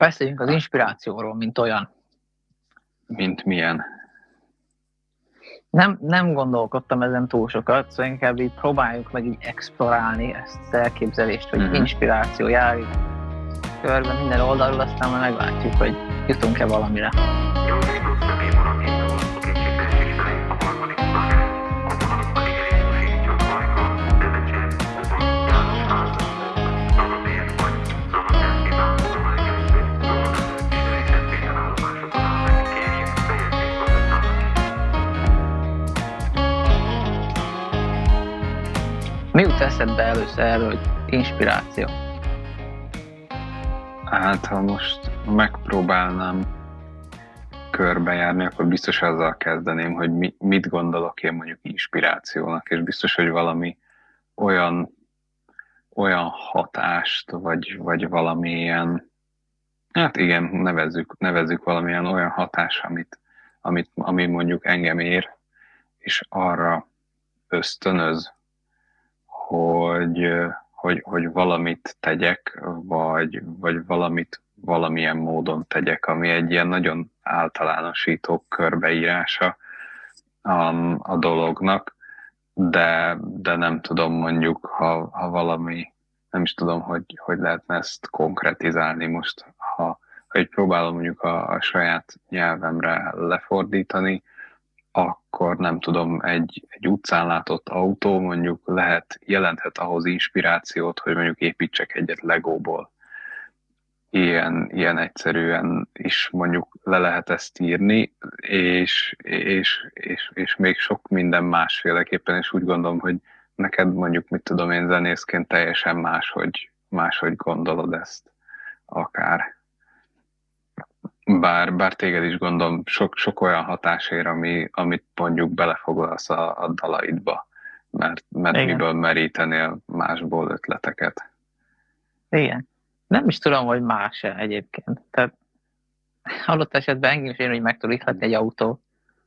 Beszéljünk az inspirációról, mint olyan. Mint milyen? Nem gondolkodtam ezen túl sokat, szóval inkább így próbáljuk meg így explorálni ezt az elképzelést, hogy inspiráció jár így körbe minden oldalról, aztán majd meglátjuk, hogy jutunk-e valamire. Mi jut eszedbe először erről, hogy inspiráció? Hát, ha most megpróbálnám körbejárni, akkor biztos azzal kezdeném, hogy mit gondolok én mondjuk inspirációnak, és biztos, hogy valami olyan hatást, vagy valamilyen, hát igen, nevezzük valamilyen olyan hatás, ami mondjuk engem ér, és arra ösztönöz, hogy valamit tegyek, vagy valamit valamilyen módon tegyek, ami egy ilyen nagyon általánosító körbeírása a dolognak, de nem tudom mondjuk, ha valami, nem is tudom, hogy lehetne ezt konkretizálni most, ha így próbálom mondjuk a saját nyelvemre lefordítani, akkor nem tudom, egy utcán látott autó mondjuk jelenthet ahhoz inspirációt, hogy mondjuk építsek egyet Legóból. Ilyen egyszerűen is mondjuk le lehet ezt írni, és még sok minden másféleképpen, és úgy gondolom, hogy neked mondjuk, mit tudom én, zenészként teljesen máshogy gondolod ezt akár. Bár téged is gondolom sok olyan hatás ér, amit mondjuk belefoglalsz a dalaidba, mert miből merítenél másból ötleteket. Igen. Nem is tudom, hogy más-e egyébként. Tehát adott esetben engem is én, hogy meg tud ihletni egy autó.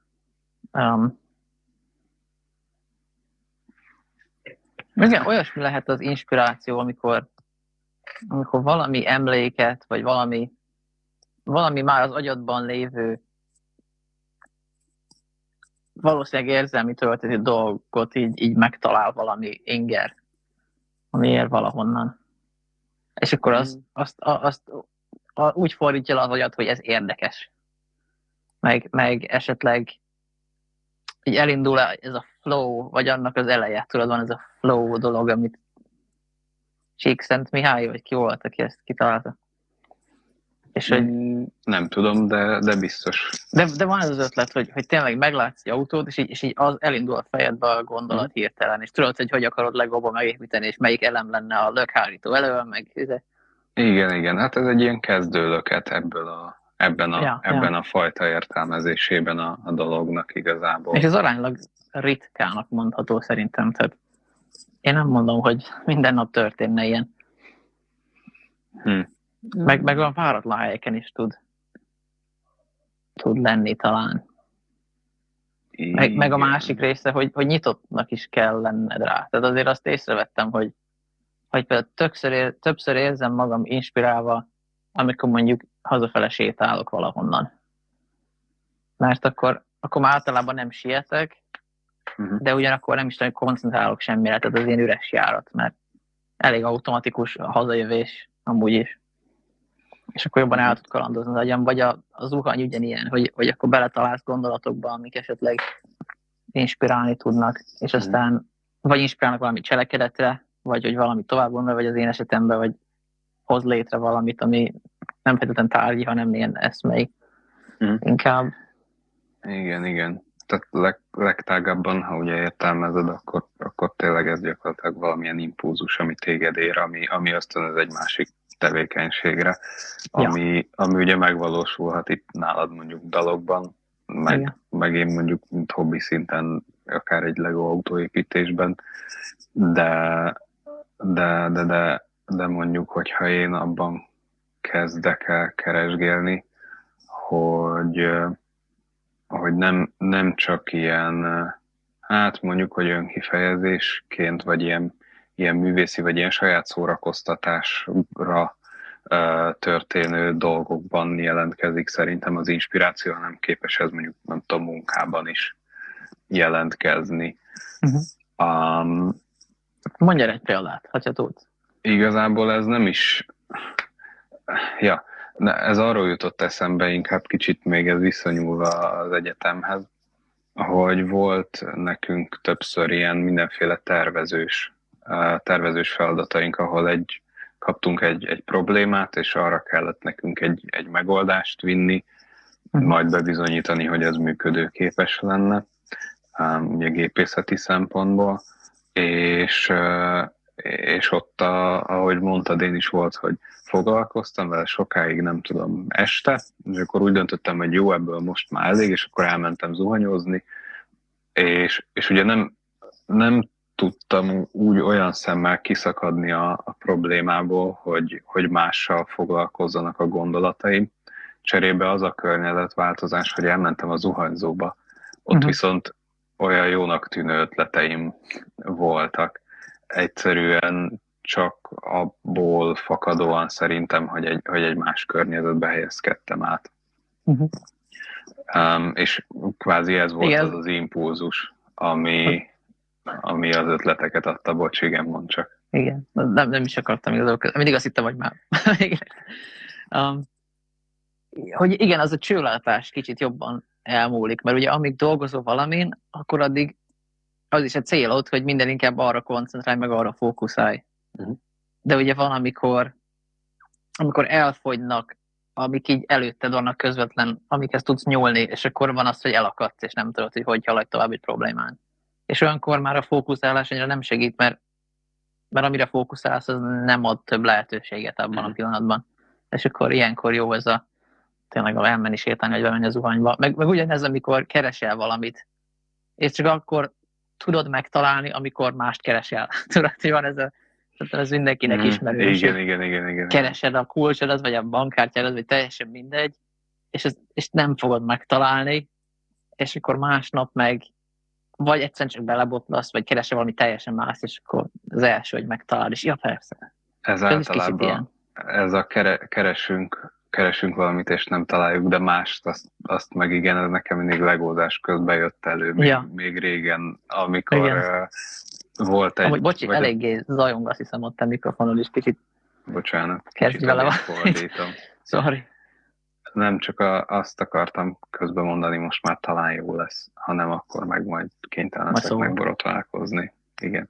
Igen, olyasmi lehet az inspiráció, amikor valami emléket, vagy valami már az agyadban lévő valószínűleg érzelmi töltető dolgot így megtalál valami inger, ami ér valahonnan. És akkor azt úgy fordítja az agyad, hogy ez érdekes. Meg esetleg így elindul ez a flow, vagy annak az eleje, tudod, van ez a flow dolog, amit Csíkszent Mihály, vagy ki volt, aki ezt kitalálta. És hogy nem tudom, de biztos. De van ez az ötlet, hogy tényleg meglátsz egy autót, és így az elindul a fejedbe a gondolat hirtelen, és tudod, hogy akarod Legóba megépíteni, és melyik elem lenne a lökhárító elő, meg... Igen, hát ez egy ilyen kezdőlöket ebben a fajta értelmezésében a dolognak igazából. És ez aránylag ritkának mondható szerintem, tehát én nem mondom, hogy minden nap történne ilyen. Meg olyan váratlan helyeken is tud lenni talán. Meg a másik része, hogy nyitottnak is kell lenned rá. Tehát azért azt észrevettem, hogy például többször érzem magam inspirálva, amikor mondjuk hazafele sétálok valahonnan. Mert akkor már általában nem sietek, de ugyanakkor nem is tudom, hogy koncentrálok semmire, tehát az ilyen üres járat, mert elég automatikus a hazajövés amúgy is. És akkor jobban el tud kalandozni az agyam, vagy a zuhany ugyanilyen, hogy akkor beletalálsz gondolatokba, amik esetleg inspirálni tudnak, és aztán vagy inspirálnak valami cselekedetre, vagy hogy valami tovább gondol, vagy az én esetemben, vagy hoz létre valamit, ami nem feltétlenül tárgyi, hanem ilyen eszmei. Inkább. Igen. Tehát legtágabban, ha ugye értelmezed, akkor tényleg ez gyakorlatilag valamilyen impulzus, ami téged ér, ami ösztönöz egy másik tevékenységre, ami ugye megvalósulhat itt nálad mondjuk dalokban, meg én mondjuk mint hobbi szinten, akár egy Lego autóépítésben, de mondjuk, hogyha én abban kezdek el keresgélni, hogy nem csak ilyen, hát mondjuk, hogy önkifejezésként, vagy ilyen művészi, vagy ilyen saját szórakoztatásra történő dolgokban jelentkezik szerintem az inspiráció, hanem képes ez mondjuk, nem tudom, munkában is jelentkezni. Mondj egy példát, ha tudsz. Igazából ez nem is... Ja, ez arról jutott eszembe, inkább kicsit még ez viszonyulva az egyetemhez, hogy volt nekünk többször ilyen mindenféle tervezős feladataink, ahol kaptunk egy problémát, és arra kellett nekünk egy megoldást vinni, majd bebizonyítani, hogy ez működőképes lenne, ugye gépészeti szempontból, és ott, ahogy mondtad, én is volt, hogy foglalkoztam vele sokáig, nem tudom, este, és akkor úgy döntöttem, hogy jó, ebből most már elég, és akkor elmentem zuhanyozni, és ugye nem tudtam úgy olyan szemmel kiszakadni a problémából, hogy mással foglalkozzanak a gondolataim. Cserébe az a környezetváltozás, hogy elmentem a zuhanyzóba. Ott viszont olyan jónak tűnő ötleteim voltak. Egyszerűen csak abból fakadóan szerintem, hogy egy más környezetbe helyezkedtem át. És kvázi ez volt az impulzus, ami az ötleteket adta. Bocs, igen, mondd csak. Igen, nem is akartam igazából. Mindig azt hittem, hogy már. Hogy igen, az a csőlátás kicsit jobban elmúlik, mert ugye amíg dolgozol valamin, akkor addig az is a célod, hogy minden inkább arra koncentrálj, meg arra fókuszálj. De ugye van, amikor elfogynak, amik így előtted vannak közvetlen, amikhez tudsz nyúlni, és akkor van az, hogy elakadsz, és nem tudod, hogy haladj tovább egy problémán. És olyankor már a fókuszálás annyira nem segít, mert amire fókuszálsz, az nem ad több lehetőséget abban a pillanatban. És akkor ilyenkor jó ez a tényleg elmenni sétálni, vagy bemenni a zuhanyba. Meg ugyanez, amikor keresel valamit, és csak akkor tudod megtalálni, amikor mást keresel. Tudod, hogy van ez mindenkinek ismerős. Igen. Keresed a kulcsodat, vagy a bankkártyádat, vagy teljesen mindegy, és nem fogod megtalálni, és akkor másnap meg vagy egyszerűen csak belebotlasz, vagy keresel valami teljesen más, és akkor az első, hogy megtalálod, és ja, persze. Ez általában, ez a keresünk valamit, és nem találjuk, de mást, azt meg igen, ez nekem mindig legózás közben jött elő, még régen, amikor volt egy... Bocsi, eléggé zajong, azt hiszem ott a mikrofonon is kicsit. Bocsánat, kicsit vele fordítom. Sorry. Nem csak azt akartam közben mondani, most már talán jó lesz, hanem akkor meg majd kénytelen leszek megborotválkozni. Igen.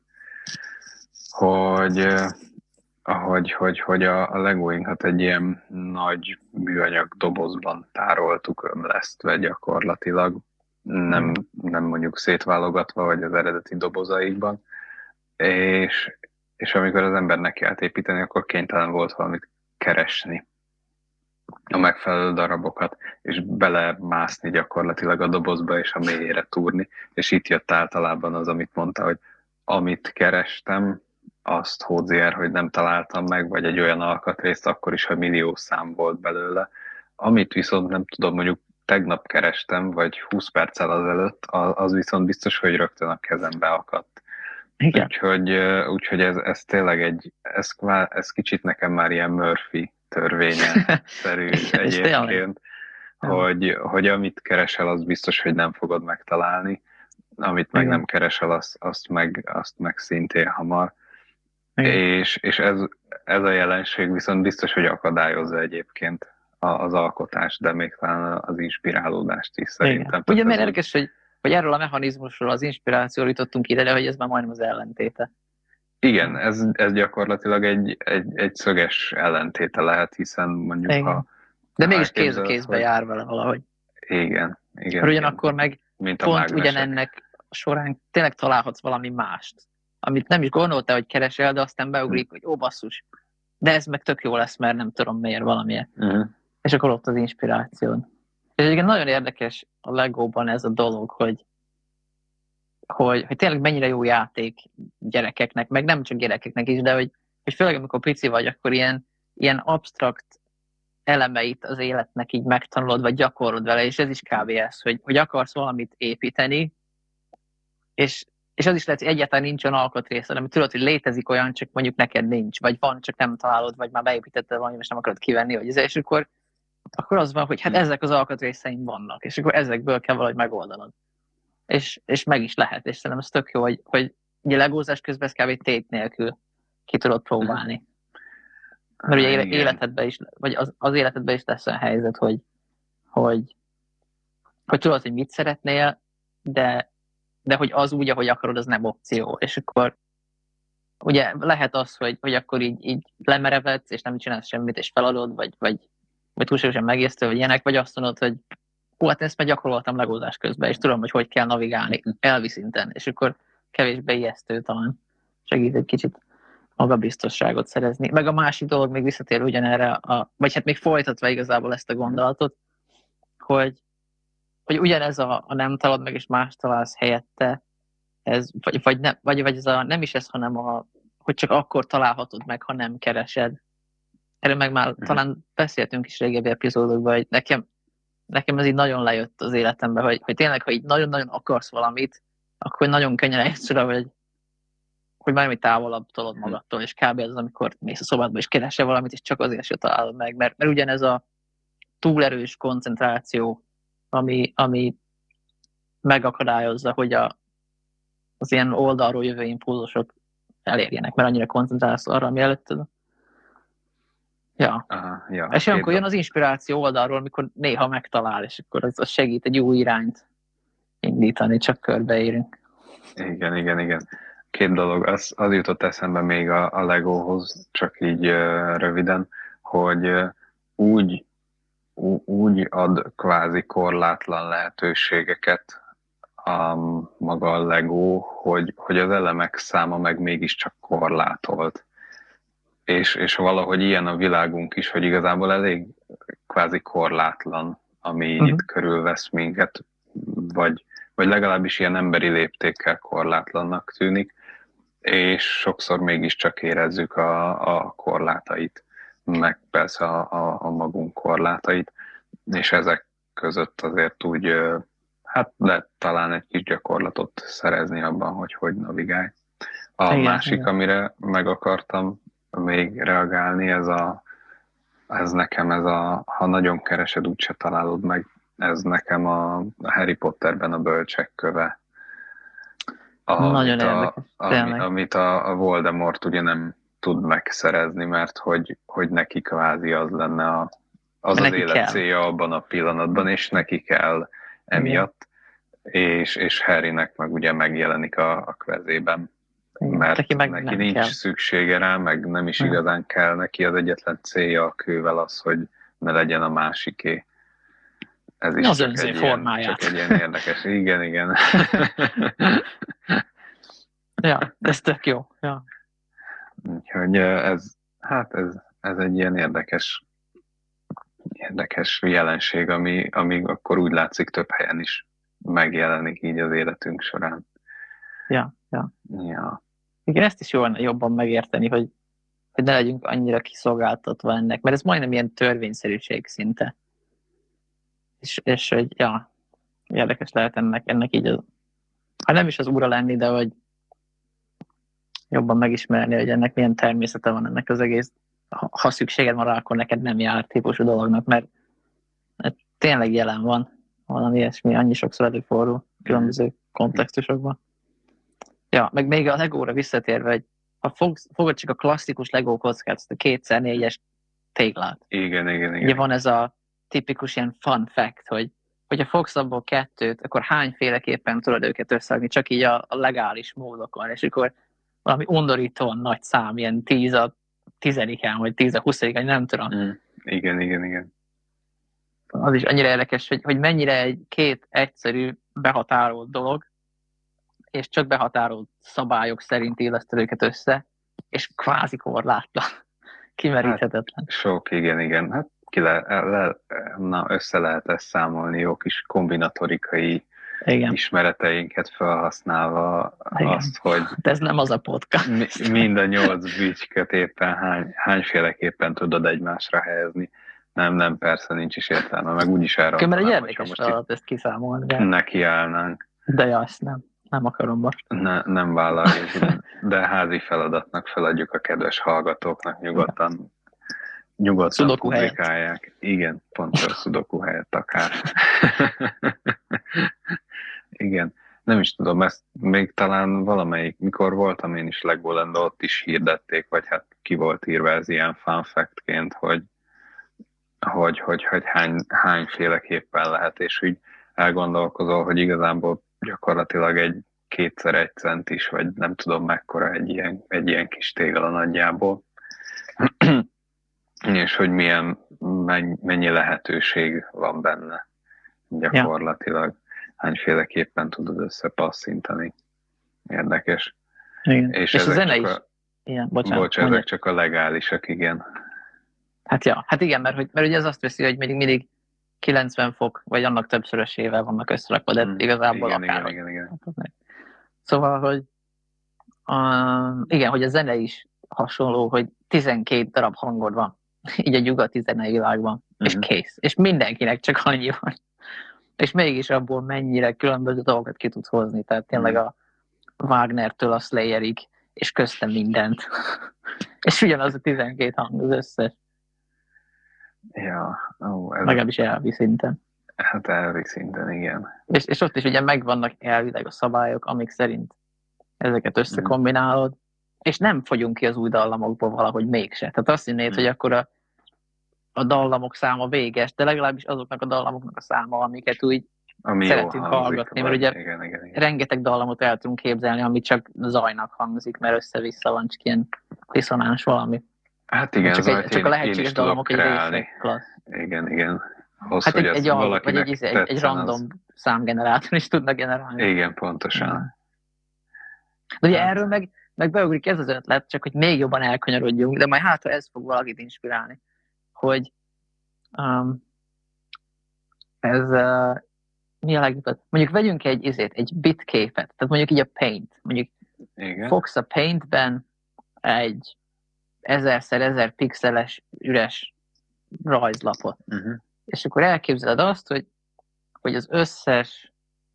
Hogy a legóinkat egy ilyen nagy műanyag dobozban tároltuk ömlesztve gyakorlatilag, nem mondjuk szétválogatva, vagy az eredeti dobozaikban, és amikor az ember neki állt építeni, akkor kénytelen volt valamit keresni, a megfelelő darabokat, és belemászni gyakorlatilag a dobozba, és a mélyére túrni, és itt jött általában az, amit mondta, hogy amit kerestem, azt hódzier, hogy nem találtam meg, vagy egy olyan alkatrészt, akkor is, ha millió szám volt belőle. Amit viszont nem tudom, mondjuk tegnap kerestem, vagy 20 perccel azelőtt, az viszont biztos, hogy rögtön a kezembe akadt. Úgyhogy ez tényleg ez kicsit nekem már ilyen Murphy törvénye-szerű egyébként, hogy amit keresel, az biztos, hogy nem fogod megtalálni, amit meg nem keresel, azt meg szintén hamar. És ez a jelenség viszont biztos, hogy akadályozza egyébként az alkotást, de még talán az inspirálódást is szerintem. Ugye miért érdekes, hogy erről a mechanizmusról, az inspirációról jutottunk ide, de hogy ez már majdnem az ellentéte. Igen, ez gyakorlatilag egy szöges ellentéte lehet, hiszen mondjuk de mégis kéz a kézbe jár vele valahogy. Igen. Mert ugyanakkor meg pont ugyanennek során tényleg találhatsz valami mást, amit nem is gondoltál, hogy keresel, de aztán beugrik, hogy ó, basszus, de ez meg tök jó lesz, mert nem tudom miért valamilyen. És akkor ott az inspiráció. És egyébként nagyon érdekes a Legóban ez a dolog, hogy tényleg mennyire jó játék gyerekeknek, meg nem csak gyerekeknek is, de hogy főleg amikor pici vagy, akkor ilyen absztrakt elemeit az életnek így megtanulod, vagy gyakorlod vele, és ez is kb. Ez, hogy akarsz valamit építeni, és És az is lehet, hogy egyáltalán nincs olyan alkatrész, hanem tudod, hogy létezik olyan, csak mondjuk neked nincs, vagy van, csak nem találod, vagy már beépítetted valami, és nem akarod kivenni, vagy és akkor az van, hogy hát ezek az alkatrészeim vannak, és akkor ezekből kell valahogy megoldanod. És meg is lehet, és szerintem ez tök jó, hogy ugye legózás közben ez kb. Tét nélkül ki tudod próbálni. Mert ugye életedben is, vagy az életedben is lesz olyan helyzet, hogy tudod, hogy mit szeretnél, de hogy az úgy, ahogy akarod, az nem opció. És akkor ugye lehet az, hogy akkor így lemerevedsz, és nem csinálsz semmit, és feladod, vagy túlságosan megijesztő, vagy ilyenek, vagy azt mondod, hogy hát ezt már gyakoroltam legózás közben, és tudom, hogy kell navigálni elvi szinten, és akkor kevésbé ijesztő talán segít egy kicsit magabiztosságot szerezni. Meg a másik dolog, még visszatér ugyanerre, vagy hát még folytatva igazából ezt a gondolatot, hogy ugyanez a nem találod meg, és más találsz helyette, ez, vagy ez nem is ez, hanem hogy csak akkor találhatod meg, ha nem keresed. Erről meg már talán beszéltünk is régebbi epizódokban, hogy nekem ez így nagyon lejött az életembe, hogy tényleg, ha így nagyon-nagyon akarsz valamit, akkor nagyon könnyen eljössz oda, hogy valami távolabb tolod magadtól, és kb. Az, amikor mész a szobádba, és keresel valamit, és csak azért se találod meg, mert ugyanez a túlerős koncentráció, ami megakadályozza, hogy az ilyen oldalról jövő impulzusok elérjenek, mert annyira koncentrálsz arra, ami előtted. Ja. Aha, ja. És olyankor jön az inspiráció oldalról, amikor néha megtalál, és akkor az segít egy új irányt indítani, csak körbeérünk. Igen. Két dolog, az jutott eszembe még a Legóhoz, csak így röviden, hogy úgy ad kvázi korlátlan lehetőségeket maga a Lego, hogy az elemek száma meg mégiscsak korlátolt. És valahogy ilyen a világunk is, hogy igazából elég kvázi korlátlan, ami itt körülvesz minket, vagy legalábbis ilyen emberi léptékkel korlátlannak tűnik, és sokszor mégiscsak érezzük a korlátait, meg persze a magunk korlátait, és ezek között azért úgy hát lehet talán egy kis gyakorlatot szerezni abban, hogy navigálj. A másik, amire meg akartam még reagálni, ez nekem ha nagyon keresed, úgyse találod meg, ez nekem a Harry Potterben a bölcsek köve. Nagyon érdekes. Amit a Voldemort ugye nem tud megszerezni, mert hogy neki kvázi az lenne az élet célja abban a pillanatban, és neki kell emiatt, és Harrynek meg ugye megjelenik a kezében. Mert neki nincs szüksége rá, meg nem is igazán kell neki, az egyetlen célja a kővel az, hogy ne legyen a másiké. Ez is az csak egy ilyen érdekes. Igen. Ja, ez tök jó. Ja. Úgyhogy ez egy ilyen érdekes jelenség, ami akkor úgy látszik több helyen is megjelenik így az életünk során. Ja. Igen, ezt is jobban megérteni, hogy ne legyünk annyira kiszolgáltatva ennek, mert ez majdnem ilyen törvényszerűség szinte. És hogy, ja, érdekes lehet ennek így hát nem is az ura lenni, de hogy jobban megismerni, hogy ennek milyen természete van ennek az egész, ha szükséged van rá, akkor neked nem jár típusú dolognak, mert tényleg jelen van valami ilyesmi, annyi sokszor előfordul különböző kontextusokban. Ja, meg még a Legóra visszatérve, hogy ha fogod csak a klasszikus Lego kockát, azt a 2x4-es téglát. Igen. Ugye van ez a tipikus ilyen fun fact, hogy ha fogsz abból 2, akkor hányféleképpen tudod őket összeadni, csak így a legális módokon, és akkor valami undorítóan nagy szám, ilyen 10 a 10-en, vagy 10 a 20-en, nem tudom. Igen. Az is annyira érdekes, hogy mennyire két egyszerű, behatárolt dolog, és csak behatárolt szabályok szerint illeszted őket össze, és kvázi korlátlan, kimeríthetetlen. Hát, sok, igen. Hát össze lehet ezt számolni, jó kis kombinatorikai ismereteinket felhasználva azt, hogy de ez nem az a podcast. Mind a 8 bütyköt éppen hányféleképpen tudod egymásra helyezni. Nem, persze nincs is értelme, meg úgyis elrontanám. Mert egy érdekes feladat ezt kiszámolni. Nekiállnánk. De ja, azt nem. nem akarom most. Nem vállaljuk, de házi feladatnak feladjuk a kedves hallgatóknak, nyugodtan Sudoku publikálják. Helyett. Igen, pontos Sudoku helyett akár. Igen, nem is tudom, ezt még talán valamelyik, mikor voltam én is Legolandon, ott is hirdették, vagy hát ki volt írva ez ilyen fun fact-ként, hogy hányféleképpen lehet, és úgy elgondolkozol, hogy igazából gyakorlatilag egy 2x1 centis, vagy nem tudom mekkora egy ilyen kis tégla nagyjából, és hogy mennyi lehetőség van benne gyakorlatilag. Hányféleképpen tudod összepasszintani. Érdekes. Igen. És a zene is. Igen, bocsánat. Ezek csak a legálisak, igen. Hát igen, mert ugye ez azt veszi, hogy mindig 90 fok, vagy annak többszörösével vannak összerakva, de igazából akár. Igen. Szóval, hogy igen, hogy a zene is hasonló, hogy 12 darab hangod van, így a nyugati zenei világban, és kész. És mindenkinek csak annyi van. És mégis abból mennyire különböző dolgokat ki tudsz hozni. Tehát tényleg a Wagnertől a Slayerig, és köztem mindent. És ugyanaz a 12 hang az összes. Ja, legalábbis elvi szinten. Hát elvi szinten, igen. És ott is ugye megvannak elvileg a szabályok, amik szerint ezeket összekombinálod, és nem fogyunk ki az új dallamokból valahogy mégse. Tehát azt hinnéd, hogy akkor a dallamok száma véges, de legalábbis azoknak a dallamoknak a száma, amiket úgy szeretünk hallgatni, mert ugye igen. rengeteg dallamot el tudunk képzelni, ami csak zajnak hangzik, mert össze-vissza van csak ilyen diszonáns valami. Hát igen, csak a lehetséges dallamok egy része. Igen. Hát egy random számgenerátor is tudnak generálni. Igen, pontosan. De ugye erről meg beugrik ez az ötlet, csak hogy még jobban elkanyarodjunk, de majd ha ez fog valakit inspirálni, hogy ez mi a legjobb? Mondjuk vegyünk egy bitképet, tehát mondjuk így a Paint, mondjuk igen. Fogsz a Paintben egy 1000x1000 pixeles üres rajzlapot, és akkor elképzeled azt, hogy az összes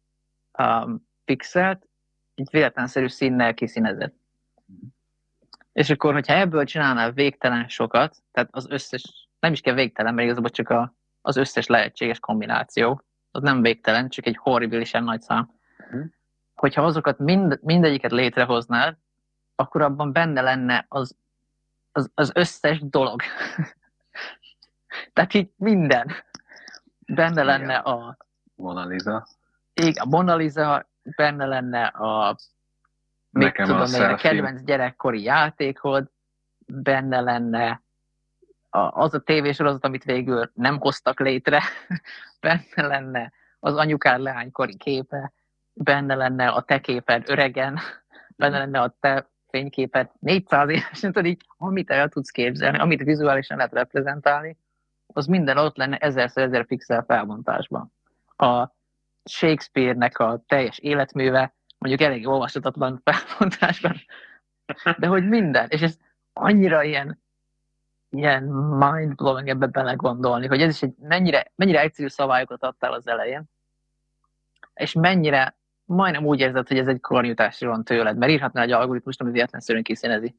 pixelt egy véletlenszerű színnel kiszínezed. És akkor, hogyha ebből csinálnál végtelen sokat, tehát az összes, nem is kell végtelen, mert igazából csak az összes lehetséges kombináció, az nem végtelen, csak egy horribilisen nagy szám. Hogyha azokat mindegyiket létrehoznád, akkor abban benne lenne az összes dolog. Tehát így minden. Benne lenne a Mona Lisa. Igen, a Mona Lisa, benne lenne a kedvenc gyerekkori játékod, benne lenne az a tévésorozat, amit végül nem hoztak létre, benne lenne az anyukád leánykori képe, benne lenne a te képed öregen, benne lenne a te fényképed 400 évesen, tudod így, amit el tudsz képzelni, amit vizuálisan lehet reprezentálni, az minden ott lenne 1000x1000 pixel felbontásban. A Shakespeare-nek a teljes életműve, mondjuk elég olvashatatlan felbontásban, de hogy minden, és ez annyira ilyen mind-blowing ebbe belegondolni, hogy ez is mennyire egyszerű szabályokat adtál az elején, és mennyire majdnem úgy érzed, hogy ez egy karnyújtásra van tőled, mert írhatnál egy algoritmust, ami véletlenszerűen kiszínezi.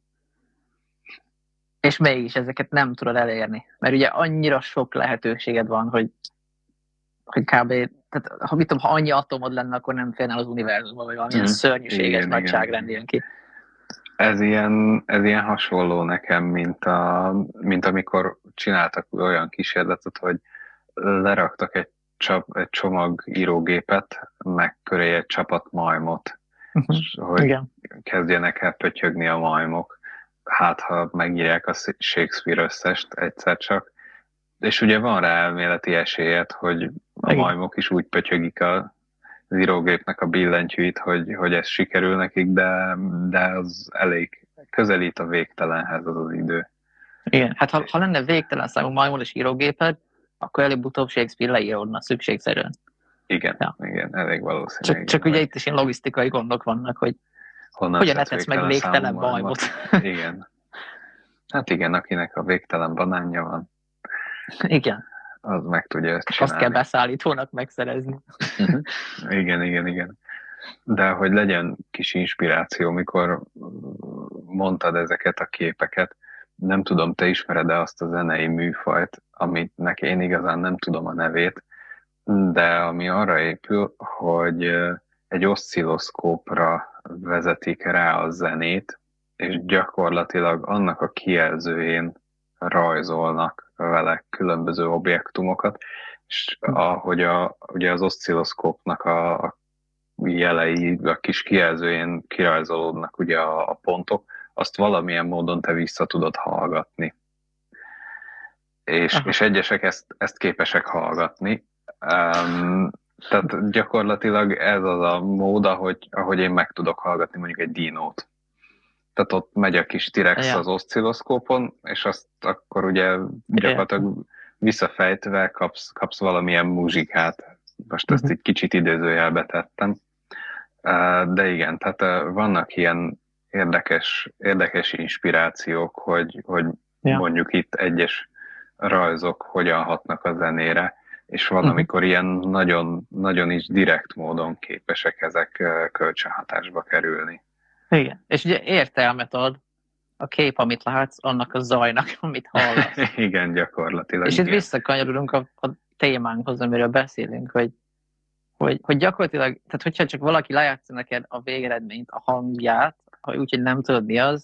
És mégis ezeket nem tudod elérni, mert ugye annyira sok lehetőséged van, hogy kb. Tehát, ha annyi atomod lenne, akkor nem férnál az univerzumba, vagy valamilyen szörnyűséges nagyságrend jön ki. Ez ilyen hasonló nekem, mint amikor csináltak olyan kísérletet, hogy leraktak egy csomag írógépet, meg köré egy csapat majmot, hogy kezdjenek el pötyögni a majmok. Hát, ha megírják a Shakespeare összest egyszer csak. És ugye van rá elméleti esélyed, hogy a majmok is úgy pötyögik az írógépnek a billentyűit, hogy ez sikerül nekik, de az elég közelít a végtelenhez az idő. Igen, hát ha lenne végtelen számú majmon és írógéped, akkor előbb-utóbb Shakespeare leíródna szükségszerűen. Igen, elég valószínű. Csak ugye itt is ilyen logisztikai gondok vannak, hogy hogyan etesz meg végtelen majmot. Igen. Hát igen, akinek a végtelen banánja van. Igen. Az meg tudja ezt csinálni. Azt kell beszállítónak megszerezni. Igen. De hogy legyen kis inspiráció, mikor mondtad ezeket a képeket, nem tudom, te ismered-e azt a zenei műfajt, aminek én igazán nem tudom a nevét, de ami arra épül, hogy egy oszcilloszkópra vezetik rá a zenét, és gyakorlatilag annak a kijelzőjén rajzolnak vele különböző objektumokat, és ahogy ugye az oszcilloszkópnak a jelei, a kis kijelzőjén kirajzolódnak ugye a pontok, azt valamilyen módon te vissza tudod hallgatni. És egyesek ezt képesek hallgatni. Tehát gyakorlatilag ez az a mód, ahogy én meg tudok hallgatni mondjuk egy dinót. Tehát ott megy a kis T-rex az oszcilloszkópon, és azt akkor ugye gyakorlatilag visszafejtve kapsz valamilyen muzsikát. Most ezt egy kicsit idézőjelbe tettem. De igen, tehát vannak ilyen érdekes inspirációk, hogy mondjuk itt egyes rajzok hogyan hatnak a zenére, és van, amikor ilyen nagyon, nagyon is direkt módon képesek ezek kölcsönhatásba kerülni. Igen, és ugye értelmet ad a kép, amit látsz, annak a zajnak, amit hallasz. Igen, gyakorlatilag. És itt visszakanyarodunk a témánkhoz, amiről beszélünk, hogy gyakorlatilag, tehát hogyha csak valaki lejátsza neked a végeredményt, a hangját, úgyhogy nem tudod mi az,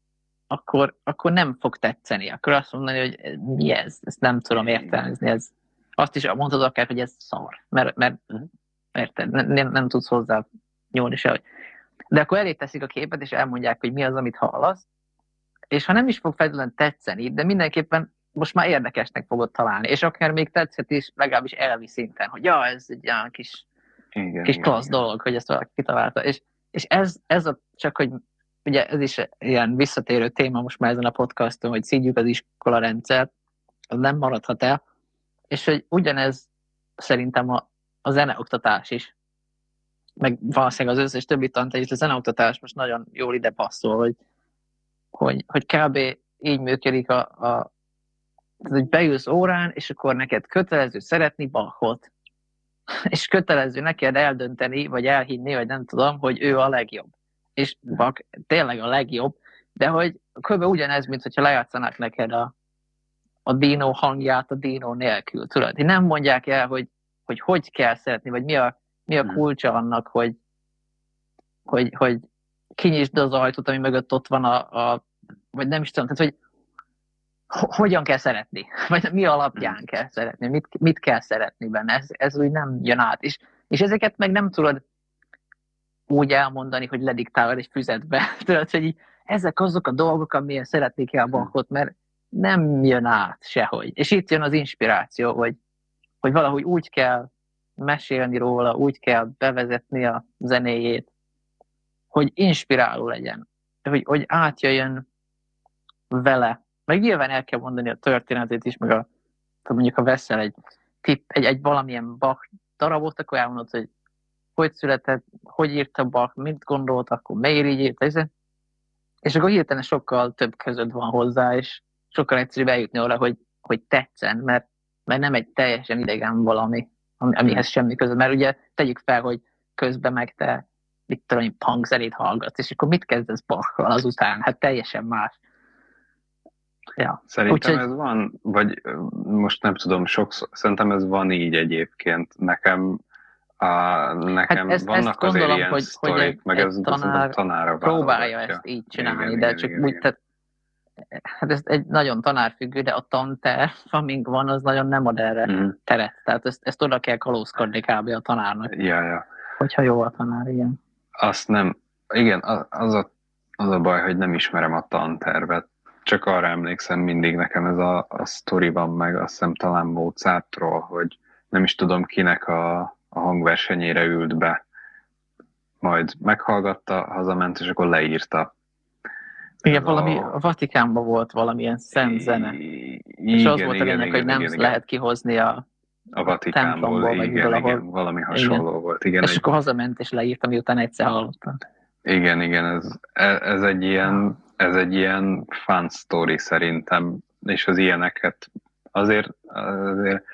akkor nem fog tetszeni. Akkor azt mondani, hogy mi ez? Ezt nem tudom értelmezni. Azt is mondod akár, hogy ez szar. Mert érted, nem tudsz hozzá nyúlni sehogy. De akkor elé teszik a képet, és elmondják, hogy mi az, amit hallasz, és ha nem is fog feltétlenül tetszeni, de mindenképpen most már érdekesnek fogod találni, és akár még tetszett is, legalábbis elvi szinten, hogy ja, ez egy olyan kis klassz dolog, hogy ezt valaki kitalálta. És ez csak, hogy ugye ez is ilyen visszatérő téma most már ezen a podcaston, hogy szídjuk az iskolarendszert, az nem maradhat el, és hogy ugyanez szerintem a zeneoktatás is, meg valószínűleg az összes többi tantárgy, és a zeneoktatás most nagyon jól ide passzol, hogy kb. Így működik hogy beülsz órán, és akkor neked kötelező szeretni Bachot. És kötelező neked eldönteni, vagy elhinni, vagy nem tudom, hogy ő a legjobb. És Bach tényleg a legjobb, de hogy kb. Ugyanez, mint hogyha lejátszanák neked a Dino hangját a Dino nélkül, tudod? Nem mondják el, hogy kell szeretni, vagy mi a kulcsa annak, hogy kinyisd az ajtót, ami mögött ott van vagy nem is tudom, tehát hogy hogyan kell szeretni, vagy mi alapján kell szeretni, mit kell szeretni benne, ez úgy nem jön át. És ezeket meg nem tudod úgy elmondani, hogy lediktálod egy füzetbe. Tudod, hogy ezek azok a dolgok, amilyen szeretni kell Bachot, mert nem jön át sehogy. És itt jön az inspiráció, hogy valahogy úgy kell mesélni róla, úgy kell bevezetni a zenéjét, hogy inspiráló legyen, hogy átjöjjön vele. Meg nyilván el kell mondani a történetét is, meg mondjuk ha veszel egy valamilyen Bach darabot, akkor elmondod, hogy született, hogy írta Bach, mit gondolt, akkor miért így írta, és akkor hirtelen sokkal több között van hozzá, és sokkal egyszerűbb eljutni oda, hogy tetszen, mert nem egy teljesen idegen valami, amihez semmi között. Mert ugye tegyük fel, hogy közben meg te mit tudom, punk zenét hallgatsz, és akkor mit kezdesz Bachral azután? Hát teljesen más. Ja. Szerintem ez van, vagy most nem tudom, sokszor, szerintem ez van így egyébként. Nekem vannak azért ilyen sztorik, meg ez tanár tanára próbálja ezt így csinálni, de csak úgy, tehát hát ez egy nagyon tanárfüggő, de a tanterv, amink van, az nagyon nem ad erre teret. Tehát ezt oda kell kalózkodni kb. A tanárnak. Ja. Hogyha jó a tanár, igen. Azt nem, igen, az a baj, hogy nem ismerem a tantervet. Csak arra emlékszem mindig, nekem ez a sztori van meg, azt hiszem talán Mozartról, hogy nem is tudom kinek a hangversenyére ült be. Majd meghallgatta, hazament, és akkor leírta. Igen, valami a Vatikánban volt valamilyen szent zene. És az volt a lényeg, hogy nem lehet kihozni a Vatikánból, igen, valami hasonló volt. Igen, és akkor hazament, és leírta, miután egyszer hallottam. Igen, ez egy ilyen fun story szerintem, és az ilyeneket azért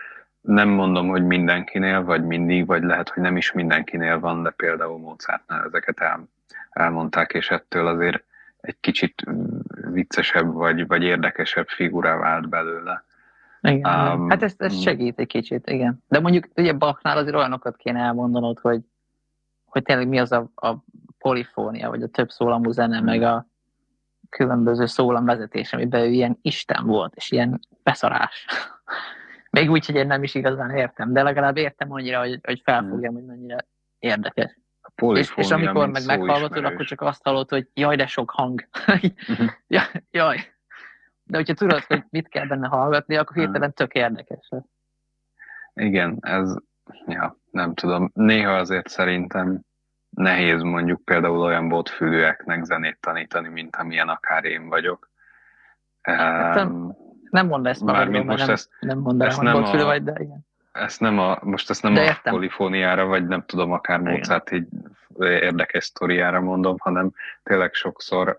nem mondom, hogy mindenkinél, vagy mindig, vagy lehet, hogy nem is mindenkinél van, de például Mozartnál ezeket elmondták, és ettől azért egy kicsit viccesebb, vagy érdekesebb figura vált belőle. Igen. Hát ez segít egy kicsit, igen. De mondjuk ugye Bachnál azért olyanokat kéne elmondanod, hogy tényleg mi az a polifónia, vagy a több szólamú zene, meg a különböző szólamvezetés, amiben ő ilyen isten volt, és ilyen beszarás. Még úgy, hogy én nem is igazán értem, de legalább értem annyira, hogy felfogjam, hogy mennyire érdekes. És amikor meg meghallgatod, akkor csak azt hallod, hogy jaj, de sok hang. Jaj. De hogyha tudod, hogy mit kell benne hallgatni, akkor hirtelen tök érdekes. Igen, ez, nem tudom. Néha azért szerintem nehéz mondjuk például olyan botfülűeknek zenét tanítani, mint amilyen akár én vagyok. Hát, nem mondd ezt magadról, mert nem mondanám, hogy botfülű vagy, de igen. Ezt nem a polifóniára, vagy nem tudom, akár Mozart így érdekes sztoriára mondom, hanem tényleg sokszor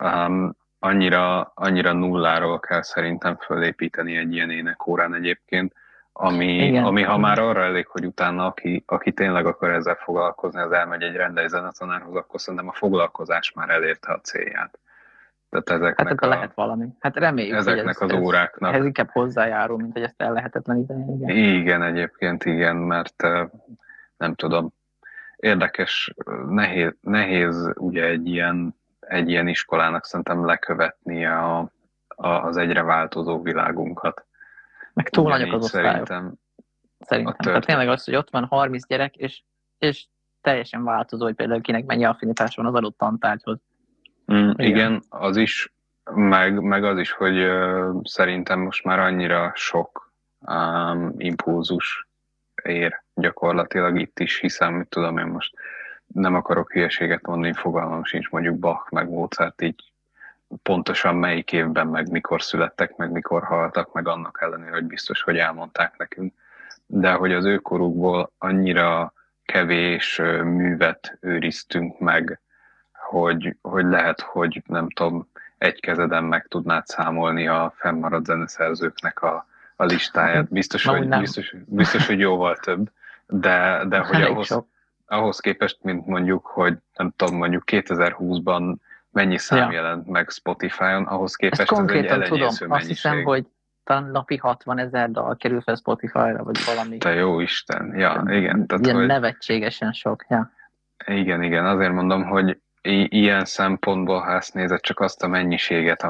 annyira nulláról kell szerintem fölépíteni egy ilyen énekórán egyébként, ami ha már arra elég, hogy utána aki tényleg akar ezzel foglalkozni, az elmegy egy rendes zenetanárhoz, akkor szerintem a foglalkozás már elérte a célját. Tehát hát lehet valami. Hát reméljük, ezeknek hogy az óráknak. Ez inkább hozzájárul, mint hogy ezt ellehetetleníteni. Igen, egyébként igen, mert nem tudom, érdekes, nehéz ugye egy ilyen iskolának szerintem lekövetnie az egyre változó világunkat. Meg túl nagyok az osztályok. Szerintem. Tehát tényleg az, hogy ott van 30 gyerek, és teljesen változó, hogy például kinek mennyi affinitás van az adott tantárgyhoz. Igen, az is, meg az is, hogy szerintem most már annyira sok impulzus ér gyakorlatilag itt is, hiszen, mit tudom én most, nem akarok hülyeséget mondani, fogalmam sincs, mondjuk Bach meg Mozart így pontosan melyik évben, meg mikor születtek, meg mikor haltak, meg annak ellenére, hogy biztos, hogy elmondták nekünk. De hogy az őkorukból annyira kevés művet őriztünk meg, hogy lehet, hogy nem tudom, egy kezeden meg tudnád számolni a fennmaradt zeneszerzőknek a listáját. Biztos, hogy jóval több, de hogy ahhoz képest, mint mondjuk, hogy nem tudom, mondjuk 2020-ban mennyi szám jelent meg Spotify-on, ahhoz képest ez egy elenyésző mennyiség. Azt hiszem, hogy talán napi 60 000 dal kerül fel Spotify-ra, vagy valami. Te jó Isten, ja, igen. Tehát, ilyen nevetségesen sok, ja. Igen, azért mondom, hogy ilyen szempontból, ha ezt nézed, csak azt a mennyiséget,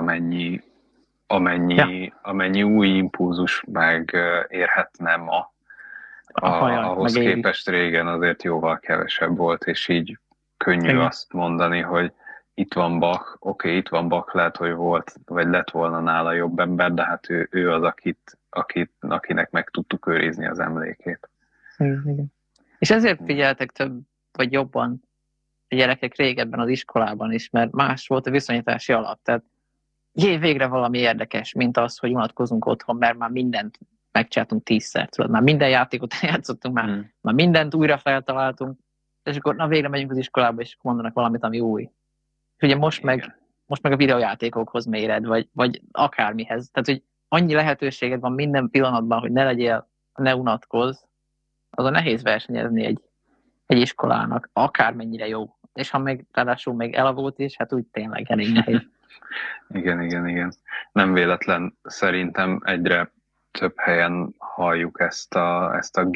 amennyi új impulzus megérhetne ma, ahhoz képest régen azért jóval kevesebb volt, és így könnyű azt mondani, hogy itt van Bach, oké, itt van Bach, lehet, hogy volt, vagy lett volna nála jobb ember, de hát ő az, akinek meg tudtuk őrizni az emlékét. Igen. És ezért figyeltek több, vagy jobban a gyerekek régebben az iskolában is, mert más volt a viszonyítási alap. Tehát végre valami érdekes, mint az, hogy unatkozunk otthon, mert már mindent megcsináltunk 10-szer, tudod, már minden játékot játszottunk, már mindent újra feltaláltunk, és akkor végre megyünk az iskolába, és mondanak valamit, ami új. És ugye most meg a videójátékokhoz méred, vagy akármihez. Tehát, hogy annyi lehetőséged van minden pillanatban, hogy ne unatkozz, azon nehéz versenyezni egy iskolának, akármennyire jó. És ha még ráadásul még elavult is, hát úgy tényleg elég nehéz. Igen. Nem véletlen szerintem egyre több helyen halljuk ezt a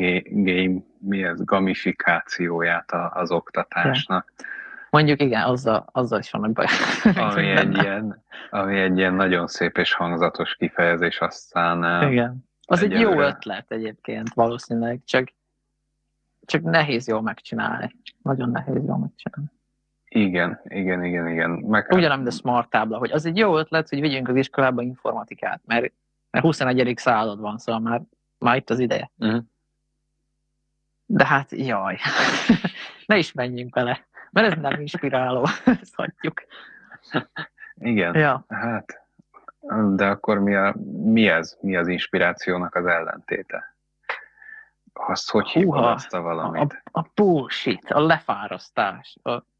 gamifikációját az oktatásnak. Ja. Mondjuk igen, azzal is vannak baj. Ami egy ilyen nagyon szép és hangzatos kifejezés, aztán... Igen. Az egy jó ötlet egyébként valószínűleg, csak nehéz jól megcsinálni. Nagyon nehéz jól megcsinálni. Igen. Ugyanúgy, mint a smart tábla, hogy az egy jó ötlet, hogy vigyünk az iskolába informatikát, mert 21. század van, szóval már itt az ideje. De hát jaj, ne is menjünk bele, mert ez nem inspiráló, ezt hagyjuk. Igen, ja. Hát, de akkor mi az inspirációnak az ellentéte? Azt hogy hívod azt a valamit? A bullshit, a lefárasztás,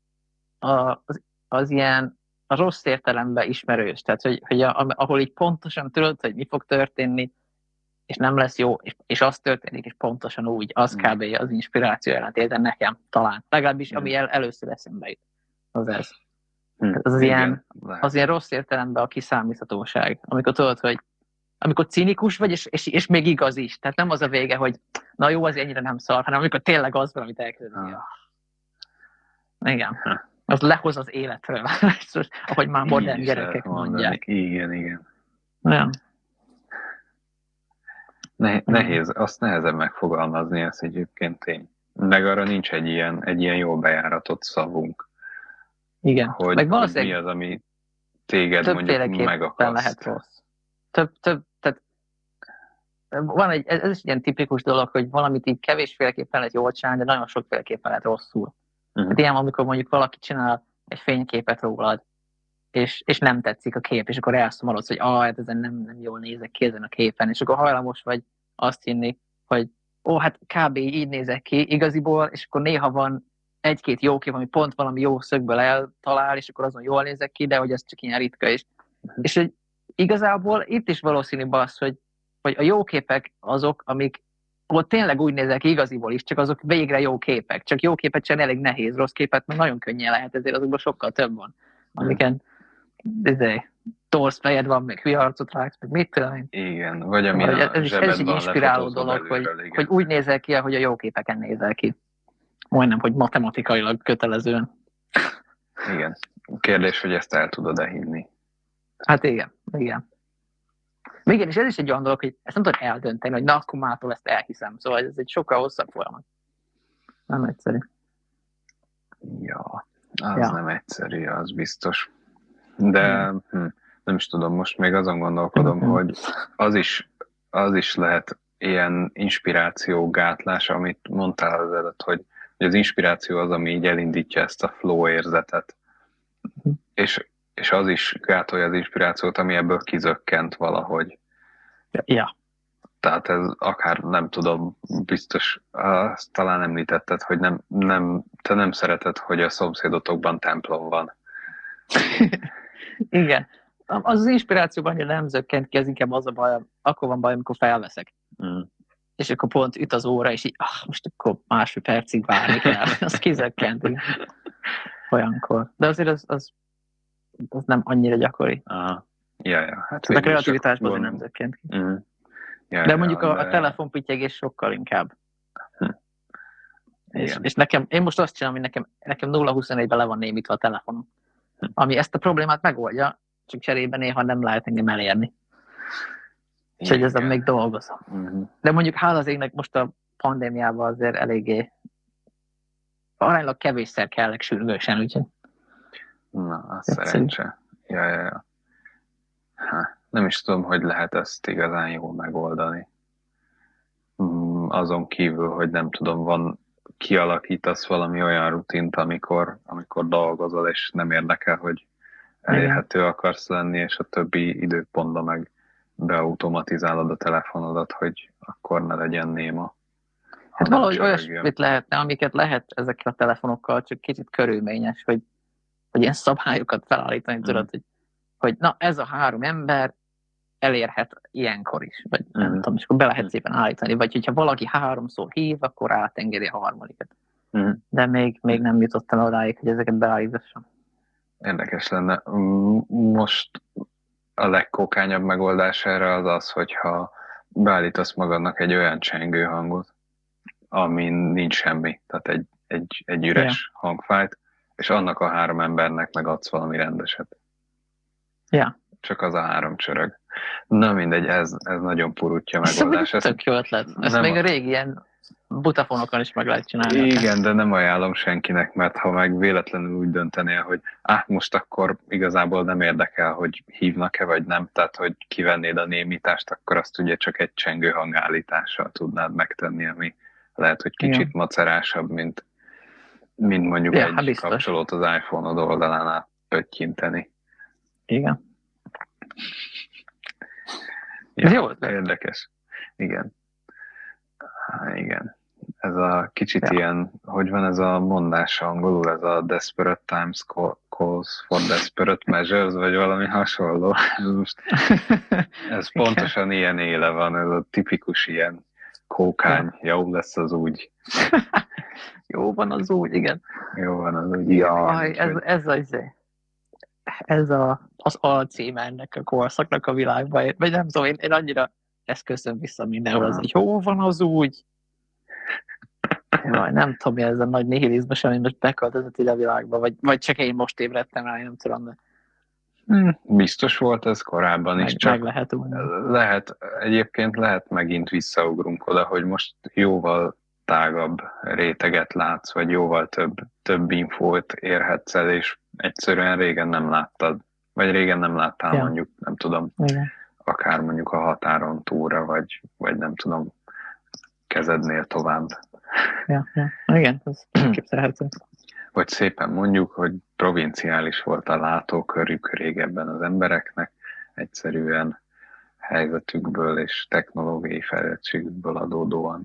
az ilyen a rossz értelemben ismerős, tehát hogy ahol így pontosan tudod, hogy mi fog történni, és nem lesz jó, és az történik, és pontosan úgy, az kb. Az inspiráció jelent, nekem talán. Legalábbis, ami először eszembe jut, az ez. Az ilyen rossz értelemben a kiszámíthatóság. Amikor tudod, hogy amikor cinikus vagy, és még igaz is. Tehát nem az a vége, hogy na jó, az ennyire nem szar, hanem amikor tényleg az van, amit elkezdeni. Igen. Az lehoz az életről, ahogy már modern gyerekek mondják. Igen. Olyan. Nehéz, azt nehezebb megfogalmazni, ez egyébként tény. Meg arra nincs egy ilyen jól bejáratott szavunk. Igen. Hogy, meg hogy mi az, ami téged mondjuk megakaszt. Lehet rossz. Tehát van ez is egy ilyen tipikus dolog, hogy valamit így kevésféleképpen lehet jól csinálni, de nagyon sokféleképpen lehet rosszul. Tehát ilyen, amikor mondjuk valaki csinál egy fényképet rólad, és nem tetszik a kép, és akkor elszomorodsz, hogy hát ezen nem jól nézek ki ezen a képen, és akkor hajlamos vagy azt hinni, hogy hát kb. Így nézek ki igaziból, és akkor néha van egy-két jó kép, ami pont valami jó szögből eltalál, és akkor azon jól nézek ki, de hogy ez csak ilyen ritka is. És hogy igazából itt is valószínűbb az, hogy a jó képek azok, amik ott tényleg úgy nézek ki igaziból is, csak azok végre jó képek. Csak jó képet csinálni elég nehéz, rossz képet meg nagyon könnyen lehet, ezért azokban sokkal több van, amiken torsz fejed van, még hülye arcot ráksz, meg mit tudom én. Igen, vagy ami a ez is egy inspiráló dolog, hogy úgy nézel ki, ahogy a jó képeken nézel ki. Majdnem, hogy matematikailag kötelezően. Igen. Kérdés, hogy ezt el tudod-e hinni. Hát igen. Igen, és ez is egy olyan dolog, hogy ezt nem tudod eldönteni, hogy na, akkor mától ezt elhiszem. Szóval ez egy sokkal hosszabb folyamat. Nem egyszerű. Ja, nem egyszerű, az biztos. De nem is tudom, most még azon gondolkodom, hogy az is lehet ilyen inspirációgátlás, amit mondtál az előtt, hogy az inspiráció az, ami így elindítja ezt a flow érzetet. És az is gátolja az inspirációt, ami ebből kizökkent valahogy. Ja. Tehát ez akár, nem tudom, biztos, azt talán említetted, hogy te nem szereted, hogy a szomszédotokban templom van. Igen. Az inspirációban annyira nem zökkent ki, ez inkább az a baj, akkor van baj, amikor felveszek. És akkor pont üt az óra, és így, most akkor másfél percig várni kell. Az kizökkent olyankor. De azért az nem annyira gyakori. Ja. Hát a kreativitásban azért nem zökkent ki. De mondjuk a telefonpittyegés sokkal inkább. És én most azt csinálom, hogy nekem 0-24-ben le van némítva a telefonom. Ami ezt a problémát megoldja, csak cserében néha nem lehet engem elérni. És hogy ezzel még dolgozom. De mondjuk hála az égnek most a pandémiában azért eléggé aránylag kevésszer kellek sürgősen, úgyhogy. Na, az szerencse. Ja. Nem is tudom, hogy lehet ezt igazán jól megoldani. Azon kívül, hogy nem tudom, kialakítasz valami olyan rutint, amikor dolgozol, és nem érdekel, hogy elérhető akarsz lenni, és a többi időpontban meg beautomatizálod a telefonodat, hogy akkor ne legyen néma. Hát valahogy olyasmit lehetne, amiket lehet ezekkel a telefonokkal, csak kicsit körülményes, hogy ilyen szabályokat felállítani, tudod, hogy na ez a 3 ember elérhet ilyenkor is, vagy nem tudom, és akkor be lehet szépen állítani, vagy hogyha valaki 3-szor hív, akkor átengedi a harmadikat. De még nem jutottam odáig, hogy ezeket beállítassam. Érdekes lenne. Most a legkokányabb megoldás erre az, hogyha beállítasz magadnak egy olyan csengő hangot, amin nincs semmi, tehát egy üres hangfájlt, és annak a 3 embernek megadsz valami rendeset. Ja. Csak az a 3 csörög. Na mindegy, ez nagyon purutja megoldás. Ez tök jó ötlet. Ezt még a régi ilyen butafonokon is meg lehet csinálni. Igen, de nem ajánlom senkinek, mert ha meg véletlenül úgy döntenél, hogy most akkor igazából nem érdekel, hogy hívnak-e vagy nem, tehát hogy kivennéd a némítást, akkor azt ugye csak egy csengő hangállítással tudnád megtenni, ami lehet, hogy kicsit macerásabb, mint mondjuk egy kapcsolót az iPhone-od oldalán pöttyinteni. Igen. Jó, érdekes. Igen. Ez a kicsit ilyen, hogy van ez a mondás angolul, ez a desperate times calls for desperate measures, vagy valami hasonló. Ez pontosan ilyen éle van, ez a tipikus ilyen kókány, jó lesz az úgy. Jó van az úgy, igen. Jó van az úgy. Jaj, ez az alcím ennek a korszaknak a világban. Vagy nem tudom, én annyira ezt köszönöm vissza mindenhol, az, hogy jó van az úgy. Jaj, nem tudom, mi ez a nagy nihilizmus, ami most beköltözött ide a világba, vagy csak én most ébredtem rá, én nem tudom, de... Biztos volt ez korábban is, csak egyébként lehet megint visszaugrunk oda, hogy most jóval tágabb réteget látsz, vagy jóval több infót érhetsz el, és egyszerűen régen nem láttad, vagy régen nem láttál mondjuk, nem tudom, akár mondjuk a határon túlra, vagy nem tudom, kezednél tovább. Ja. Igen, ez képzelhető. Vagy szépen mondjuk, hogy provinciális volt a látókörük régebben az embereknek, egyszerűen helyzetükből és technológiai fejlettségükből adódóan.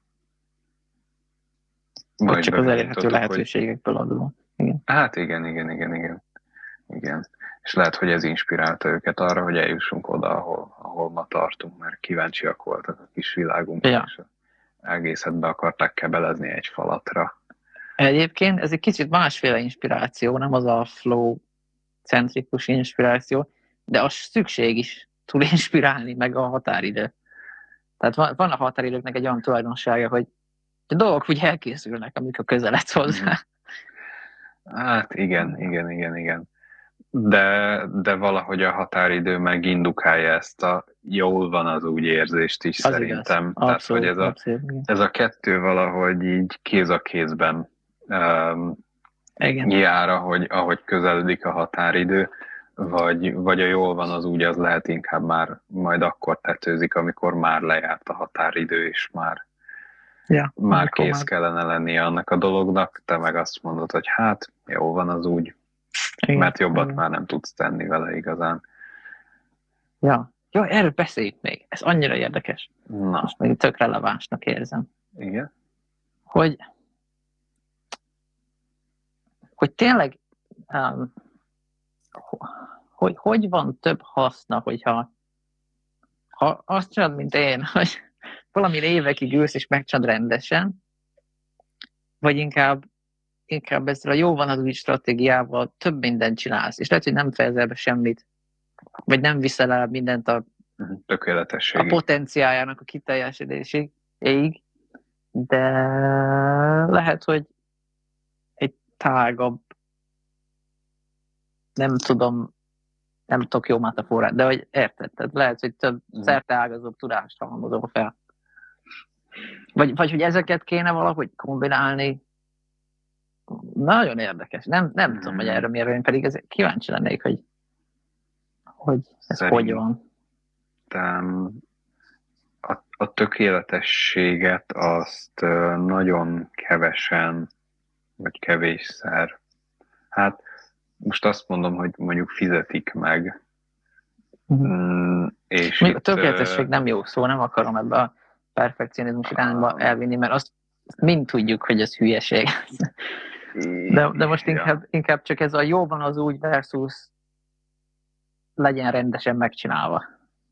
Vagy csak az elérhető lehetőségekből adódóan. Igen. Hát igen. És lehet, hogy ez inspirálta őket arra, hogy eljussunk oda, ahol ma tartunk, mert kíváncsiak voltak a kis világunkra, és egészet be akarták kebelezni egy falatra. Egyébként ez egy kicsit másféle inspiráció, nem az a flow-centrikus inspiráció, de az szükség is tud inspirálni, meg a határidő. Tehát van a határidőknek egy olyan tulajdonsága, hogy a dolgok úgy elkészülnek, amikor közeledsz hozzá. Hát igen. De valahogy a határidő meg indukálja ezt a jól van az úgy érzést is, az szerintem. Igaz. Abszolút, tehát, hogy ez a kettő valahogy így kéz a kézben jár, ahogy közeledik a határidő, vagy a jól van az úgy, az lehet inkább már majd akkor tetőzik, amikor már lejárt a határidő, és már kész kellene lennie annak a dolognak, te meg azt mondod, hogy hát jó van az úgy, mert jobbat már nem tudsz tenni vele igazán. Ja, erről beszéljük még. Ez annyira érdekes. Na. Most még tök relevánsnak érzem. Igen? Hogy tényleg hogy van több haszna, hogyha azt csinálod, mint én, hogy valami évekig ülsz és megcsinálod rendesen, vagy inkább ezzel a jó van az új stratégiával több mindent csinálsz, és lehet, hogy nem fejezel be semmit, vagy nem viszel el mindent a potenciáljának a kiteljesedéséig, de lehet, hogy egy tágabb, nem tudok jó metaforát, de hogy érted, tehát lehet, hogy több szerteágazóbb tudást halmozol fel. Vagy hogy ezeket kéne valahogy kombinálni. Nagyon érdekes. Nem tudom, hogy erről miért, én pedig kíváncsi lennék, hogy ez hogy van. A tökéletességet azt nagyon kevesen, vagy kevésszer, hát most azt mondom, hogy mondjuk fizetik meg. És a tökéletesség nem jó szó, nem akarom ebbe a perfekcionizmus irányba elvinni, mert azt mind tudjuk, hogy ez hülyeség. De most inkább csak ez a jó van az úgy versus legyen rendesen megcsinálva.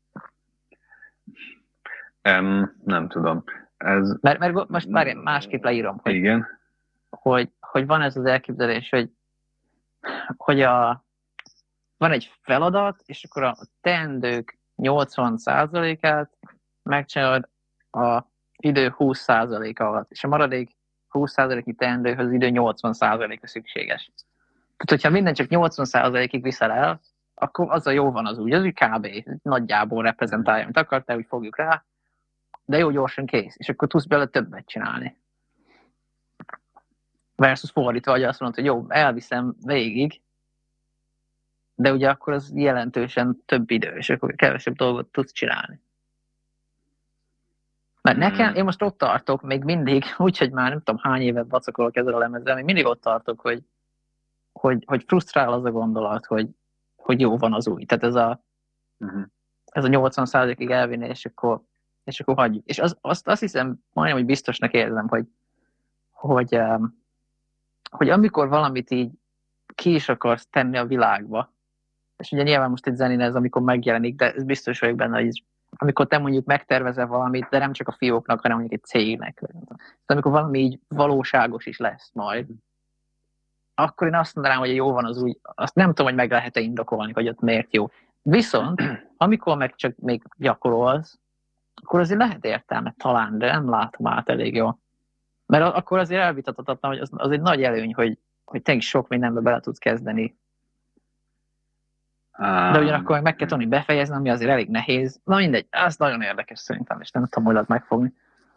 Nem tudom. Mert most már másképp leírom, hogy van ez az elképzelés, hogy van egy feladat, és akkor a teendők 80%-át megcsinálod a idő 20% alatt, és a maradék 20%-i teendőhöz az idő 80%-a szükséges. Tehát, hogyha minden csak 80%-ig viszel el, akkor az a jó van az úgy kb. Nagyjából reprezentálja, amit akartál, úgy fogjuk rá, de jó gyorsan kész, és akkor tudsz belőle többet csinálni. Versus fordítva, hogy azt mondod, hogy jó, elviszem végig, de ugye akkor az jelentősen több idő, és akkor kevesebb dolgot tudsz csinálni. Mert nekem, én most ott tartok még mindig, úgyhogy már nem tudom hány évet bacakolok ezzel a lemezzel, még mindig ott tartok, hogy frusztrál az a gondolat, hogy jó van az új. Tehát ez a 80%-ig elvinni, és akkor hagyjuk. És azt hiszem, majdnem, hogy biztosnak érzem, hogy amikor valamit így ki is akarsz tenni a világba. És ugye nyilván most egy zenén ez, amikor megjelenik, de ez biztos vagyok benne, hogy amikor te mondjuk megtervezel valamit, de nem csak a fióknak, hanem mondjuk egy cégnek. Tehát amikor valami így valóságos is lesz majd, akkor én azt mondanám, hogy jó van az úgy, azt nem tudom, hogy meg lehet-e indokolni, hogy ott miért jó. Viszont, amikor meg csak még gyakorolsz, akkor azért lehet értelme talán, de nem látom át elég jól. Mert akkor azért elvitathatatlan, hogy az egy nagy előny, hogy tényleg sok mindenbe bele tudsz kezdeni. De ugyanakkor meg kell tudni befejezni, ami azért elég nehéz. Na mindegy, ez nagyon érdekes szerintem, és nem tudom, hogy lehet megfogni.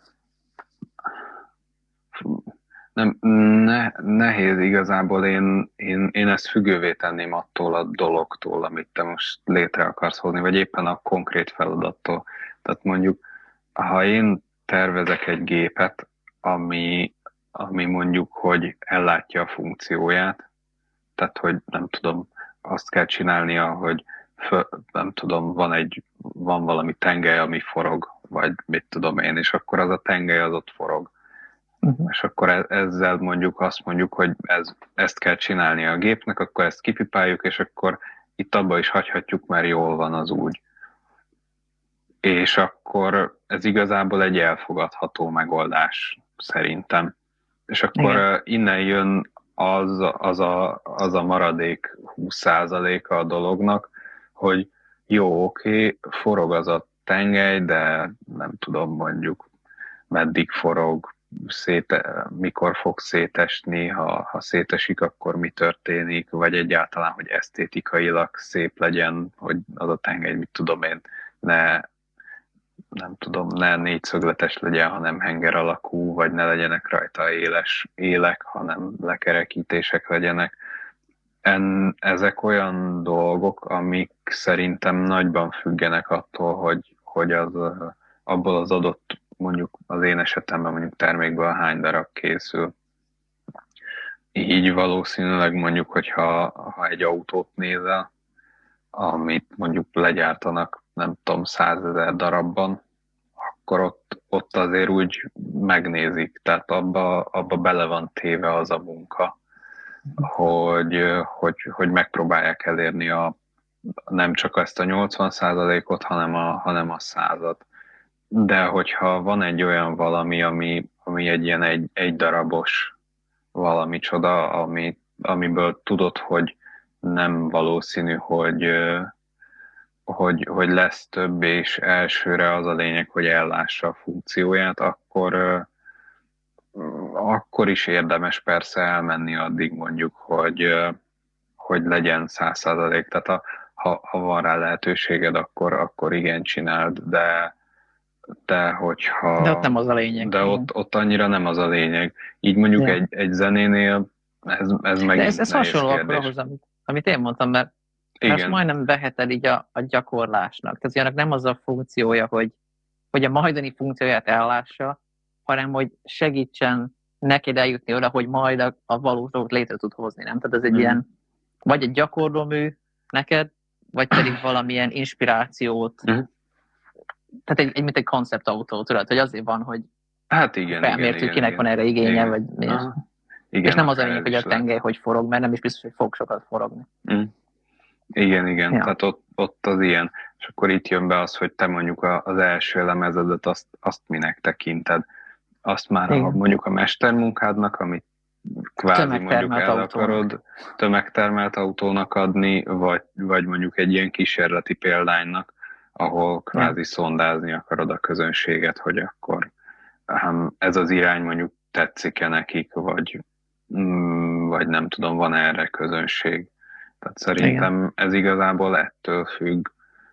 Nehéz igazából, én ezt függővé tenném attól a dologtól, amit te most létre akarsz hozni, vagy éppen a konkrét feladattól. Tehát mondjuk, ha én tervezek egy gépet, ami mondjuk, hogy ellátja a funkcióját, tehát, hogy nem tudom, azt kell csinálnia, hogy nem tudom, van valami tengely, ami forog, vagy mit tudom én, és akkor az a tengely az ott forog. És akkor ezzel azt mondjuk, hogy ezt kell csinálni a gépnek, akkor ezt kipipáljuk, és akkor itt abba is hagyhatjuk, mert jól van az úgy. És akkor ez igazából egy elfogadható megoldás, szerintem. És akkor innen jön az a maradék 20%-a a dolognak, hogy jó, oké, forog az a tengely, de nem tudom, mondjuk meddig forog, mikor fog szétesni, ha szétesik, akkor mi történik, vagy egyáltalán, hogy esztétikailag szép legyen, hogy az a tengely, mit tudom én, ne négyszögletes legyen, hanem henger alakú, vagy ne legyenek rajta éles élek, hanem lekerekítések legyenek. Ezek olyan dolgok, amik szerintem nagyban függenek attól, hogy abból az adott, mondjuk az én esetemben mondjuk termékből hány darab készül. Így valószínűleg mondjuk, hogyha egy autót nézel, amit mondjuk legyártanak, nem tudom, 100 000 darabban, akkor ott azért úgy megnézik, tehát abba bele van téve az a munka, hogy megpróbálják elérni nem csak ezt a 80%-ot, hanem a 100-at. De hogyha van egy olyan valami, ami egy ilyen egy darabos valami csoda, amiből tudod, hogy nem valószínű, hogy lesz több, és elsőre az a lényeg, hogy ellássa a funkcióját, akkor is érdemes persze elmenni addig mondjuk, hogy legyen 100%. Tehát ha van rá lehetőséged, akkor igen, csináld, de hogyha... De ott nem az a lényeg. De ott annyira nem az a lényeg. Így mondjuk egy zenénél ez megint ez hasonló akkor ahhoz, amit én mondtam, mert ezt majdnem veheted így a gyakorlásnak. Tehát annak nem az a funkciója, hogy a majdani funkcióját ellássa, hanem hogy segítsen neked eljutni oda, hogy majd a valós dolgot létre tud hozni, nem? Tehát ez egy ilyen, vagy egy gyakorlómű neked, vagy pedig valamilyen inspirációt. Tehát mint egy konceptautó, tudod, hogy azért van, hogy felmértük, kinek van erre igénye, vagy mi. És nem az a lényeg, hogy a tengely hogy forog, mert nem is biztos, hogy fog sokat forogni. Igen. Ja. Tehát ott az ilyen. És akkor itt jön be az, hogy te mondjuk az első lemezedet azt minek tekinted. Azt már mondjuk a mestermunkádnak, amit kvázi mondjuk el akarod tömegtermelt autónak adni, vagy mondjuk egy ilyen kísérleti példánynak, ahol kvázi szondázni akarod a közönséget, hogy akkor ez az irány mondjuk tetszik-e nekik, vagy nem tudom, van erre közönség. Tehát szerintem ez igazából ettől függ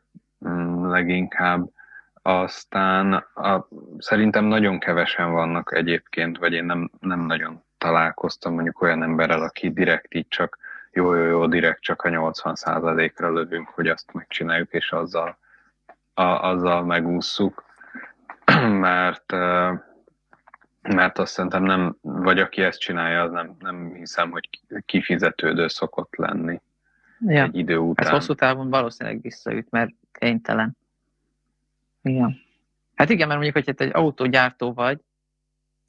leginkább. Aztán szerintem nagyon kevesen vannak egyébként, vagy én nem nagyon találkoztam mondjuk olyan emberrel, aki direkt így csak jó, direkt csak a 80%-ra lövünk, hogy azt megcsináljuk, és azzal megússzuk, mert azt szerintem nem, vagy aki ezt csinálja, az nem hiszem, hogy kifizetődő szokott lenni egy idő után. Ez hosszú távon valószínűleg visszaüt, mert kénytelen. Igen. Hát igen, mert mondjuk, hogyha te egy autógyártó vagy,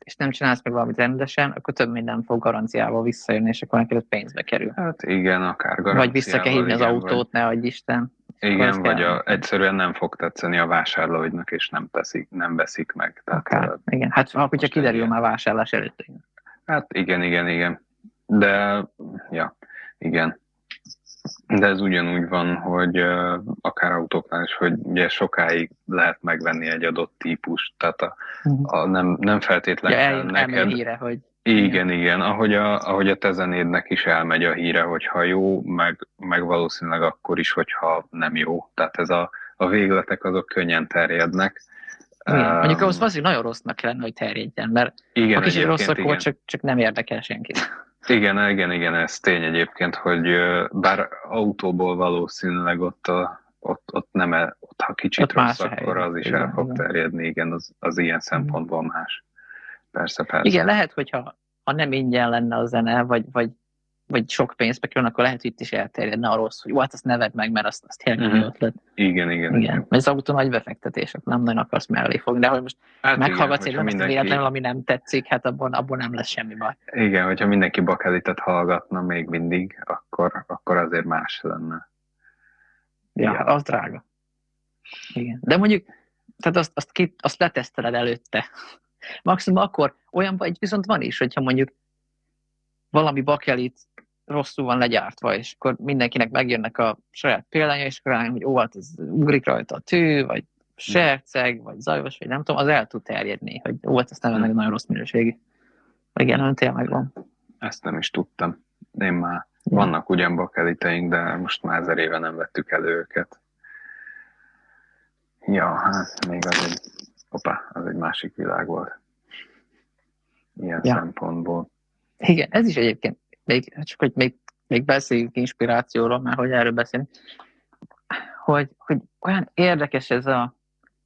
és nem csinálsz meg valamit rendesen, akkor több minden fog garanciával visszajönni, és akkor neked pénzbe kerül. Hát igen, akár garanciával. Vagy vissza kell hívni az autót, ne adj Isten. Igen, vagy egyszerűen nem fog tetszeni a vásárlóidnak, és nem veszik meg. Tehát, igen, hát akkor csak kiderül már vásárlás előtt. Hát igen. De, ja, igen. De ez ugyanúgy van, hogy akár autóknál is, hogy ugye sokáig lehet megvenni egy adott típust, tehát nem feltétlenül neked... A híre, hogy... Igen, ahogy a te zenédnek is elmegy a híre, hogyha jó, meg valószínűleg akkor is, hogyha nem jó. Tehát ez a végletek azok könnyen terjednek. Igen. Mondjuk ahhoz valószínűleg nagyon rossznak kellene, hogy terjedjen, mert igen, a kicsit rossz, akkor csak nem érdekel senkit. Igen, ez tény egyébként, hogy bár autóból valószínűleg ott nem, ott ha kicsit ott rossz, akkor az is el fog terjedni, igen, az ilyen szempontból más. Persze. Igen, lehet, hogyha nem ingyen lenne a zene, vagy sok pénzbe kerül, akkor lehet, hogy itt is elterjedne a rossz, hogy hát azt ne vedd meg, mert azt tényleg jó ötlet. Igen. Mert az autó nagy befektetések, nem nagyon akarsz mellé fogni, de hogy most meghallgatsz egy lemezt véletlenül, ami nem tetszik, hát abban nem lesz semmi baj. Igen, hogyha mindenki Bakelitet hallgatna még mindig, akkor azért más lenne. Ja, az drága. Igen. De mondjuk, tehát azt leteszteled előtte. Maximum akkor olyan vagy, viszont van is, hogyha mondjuk valami bakelit rosszul van legyártva, és akkor mindenkinek megjönnek a saját példánya, és akkor rájön, hogy hát ez ugrik rajta a tű, vagy serceg, vagy zajos, vagy nem tudom, az el tud terjedni, hogy ezt nem ennek nagyon rossz minőségű. Igen, ön tényleg van. Ezt nem is tudtam. Én már vannak ugyan bakeliteink, de most már 1000 éve nem vettük elő őket. Ja, hát még az egy másik világ volt. Ilyen szempontból. Igen, ez is egyébként, csak hogy még beszéljünk inspirációról, mert hogy erről beszélünk, hogy olyan érdekes ez a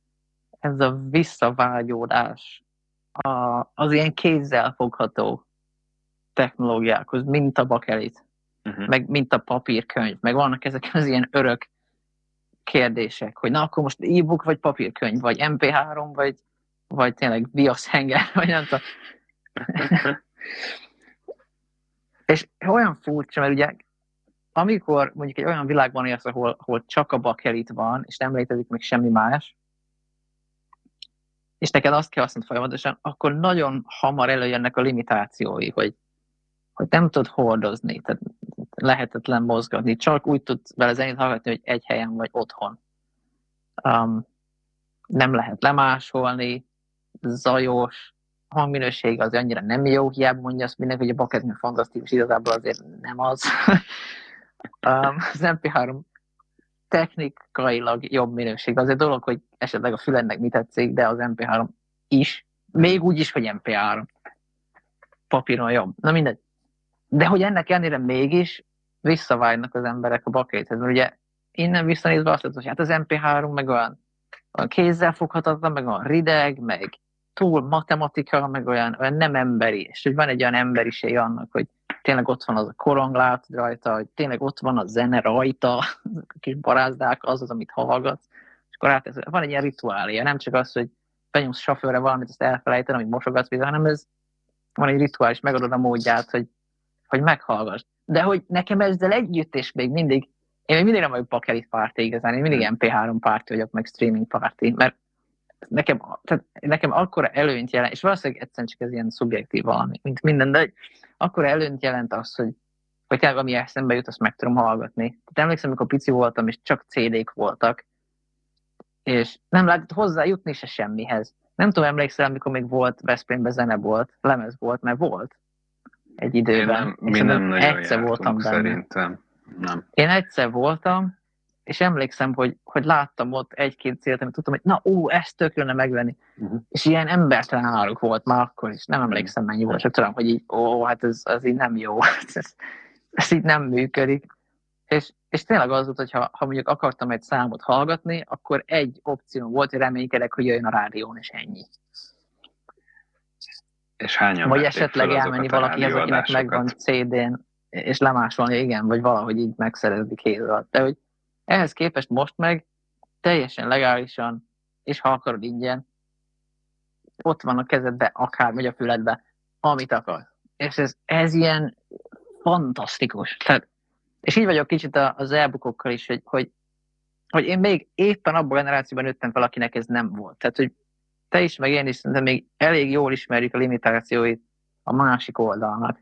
visszavágyódás az ilyen kézzel fogható technológiákhoz, mint a bakelit, meg mint a papírkönyv, meg vannak ezek az ilyen örök kérdések, hogy na akkor most e-book, vagy papírkönyv, vagy MP3, vagy tényleg viaszhenger, vagy nem tudom. És olyan furcsa, mert ugye amikor mondjuk egy olyan világban élsz, ahol csak a bakelit van, és nem létezik még semmi más, és neked azt kell használni folyamatosan, akkor nagyon hamar előjönnek a limitációi, hogy nem tudod hordozni, tehát lehetetlen mozgatni, csak úgy tudsz vele zenét hallgatni, hogy egy helyen vagy otthon. Nem lehet lemásolni, zajos, hangminőség az annyira nem jó, hiába mondja azt mindenki, hogy a bakelit fantasztikus, igazából azért nem az. Az MP3 technikailag jobb minőség. Az egy dolog, hogy esetleg a fülednek mit tetszik, de az MP3 is, még úgy is, hogy MP3 papíron jobb. Na mindegy. De hogy ennek ellenére mégis visszavágynak az emberek a bakelithez, mert ugye innen visszanézve azt mondod, hogy hát az MP3 meg olyan kézzel foghatatlan, meg olyan rideg, meg túl matematika, meg olyan nem emberi, és hogy van egy olyan emberiség annak, hogy tényleg ott van az a korong, látod rajta, hogy tényleg ott van a zene rajta, a kis barázdák, az, amit hallgatsz, és akkor van egy ilyen rituáléja, nem csak az, hogy benyomsz sofőrre valamit, azt elfelejted, amit mosogatsz vissza, hanem ez van egy rituál, és megadod a módját, hogy meghallgass. De hogy nekem ezzel együtt, és még mindig, én még mindig nem vagyok bakelit párti igazán, én mindig MP3 párti vagyok, meg streaming párti, mert nekem akkora előnyt jelent, és valószínűleg egyszerűen csak ez ilyen szubjektív valami, mint minden, de akkora előnyt jelent az, hogy tényleg ami eszembe jut, azt meg tudom hallgatni. Tehát emlékszem, amikor pici voltam, és csak CD-k voltak, és nem lehetett hozzájutni se semmihez. Nem tudom, emlékszel, amikor még volt Veszprémben zenebolt, lemez volt, mert volt egy időben. Mi nem nagyon egyszer voltam benne. Szerintem. Nem. Én egyszer voltam, és emlékszem, hogy láttam ott egy-két célt, amit tudtam, hogy ezt tökülne megvenni. És ilyen embertelen áruk volt már akkor is. Nem emlékszem, mennyi volt, csak tudom, hogy így, hát ez így nem jó. ez így nem működik. És tényleg az volt, hogy ha mondjuk akartam egy számot hallgatni, akkor egy opció volt, hogy reménykedek, hogy jöjjön a rádión, és ennyi. És hányan vagy esetleg elmenni valakihez, akinek megvan CD-n, és lemásolni, igen, vagy valahogy így megszerezni kézzel. De hogy ehhez képest most meg teljesen legálisan, és ha akarod ingyen, ott van a kezedbe, akár vagy a füledbe, amit akar. És ez ilyen fantasztikus. Tehát, és így vagyok kicsit az e-bookokkal is, hogy én még éppen abban a generációban nőttem fel, akinek ez nem volt. Tehát, hogy te is, meg én is szerintem még elég jól ismerjük a limitációit a másik oldalnak.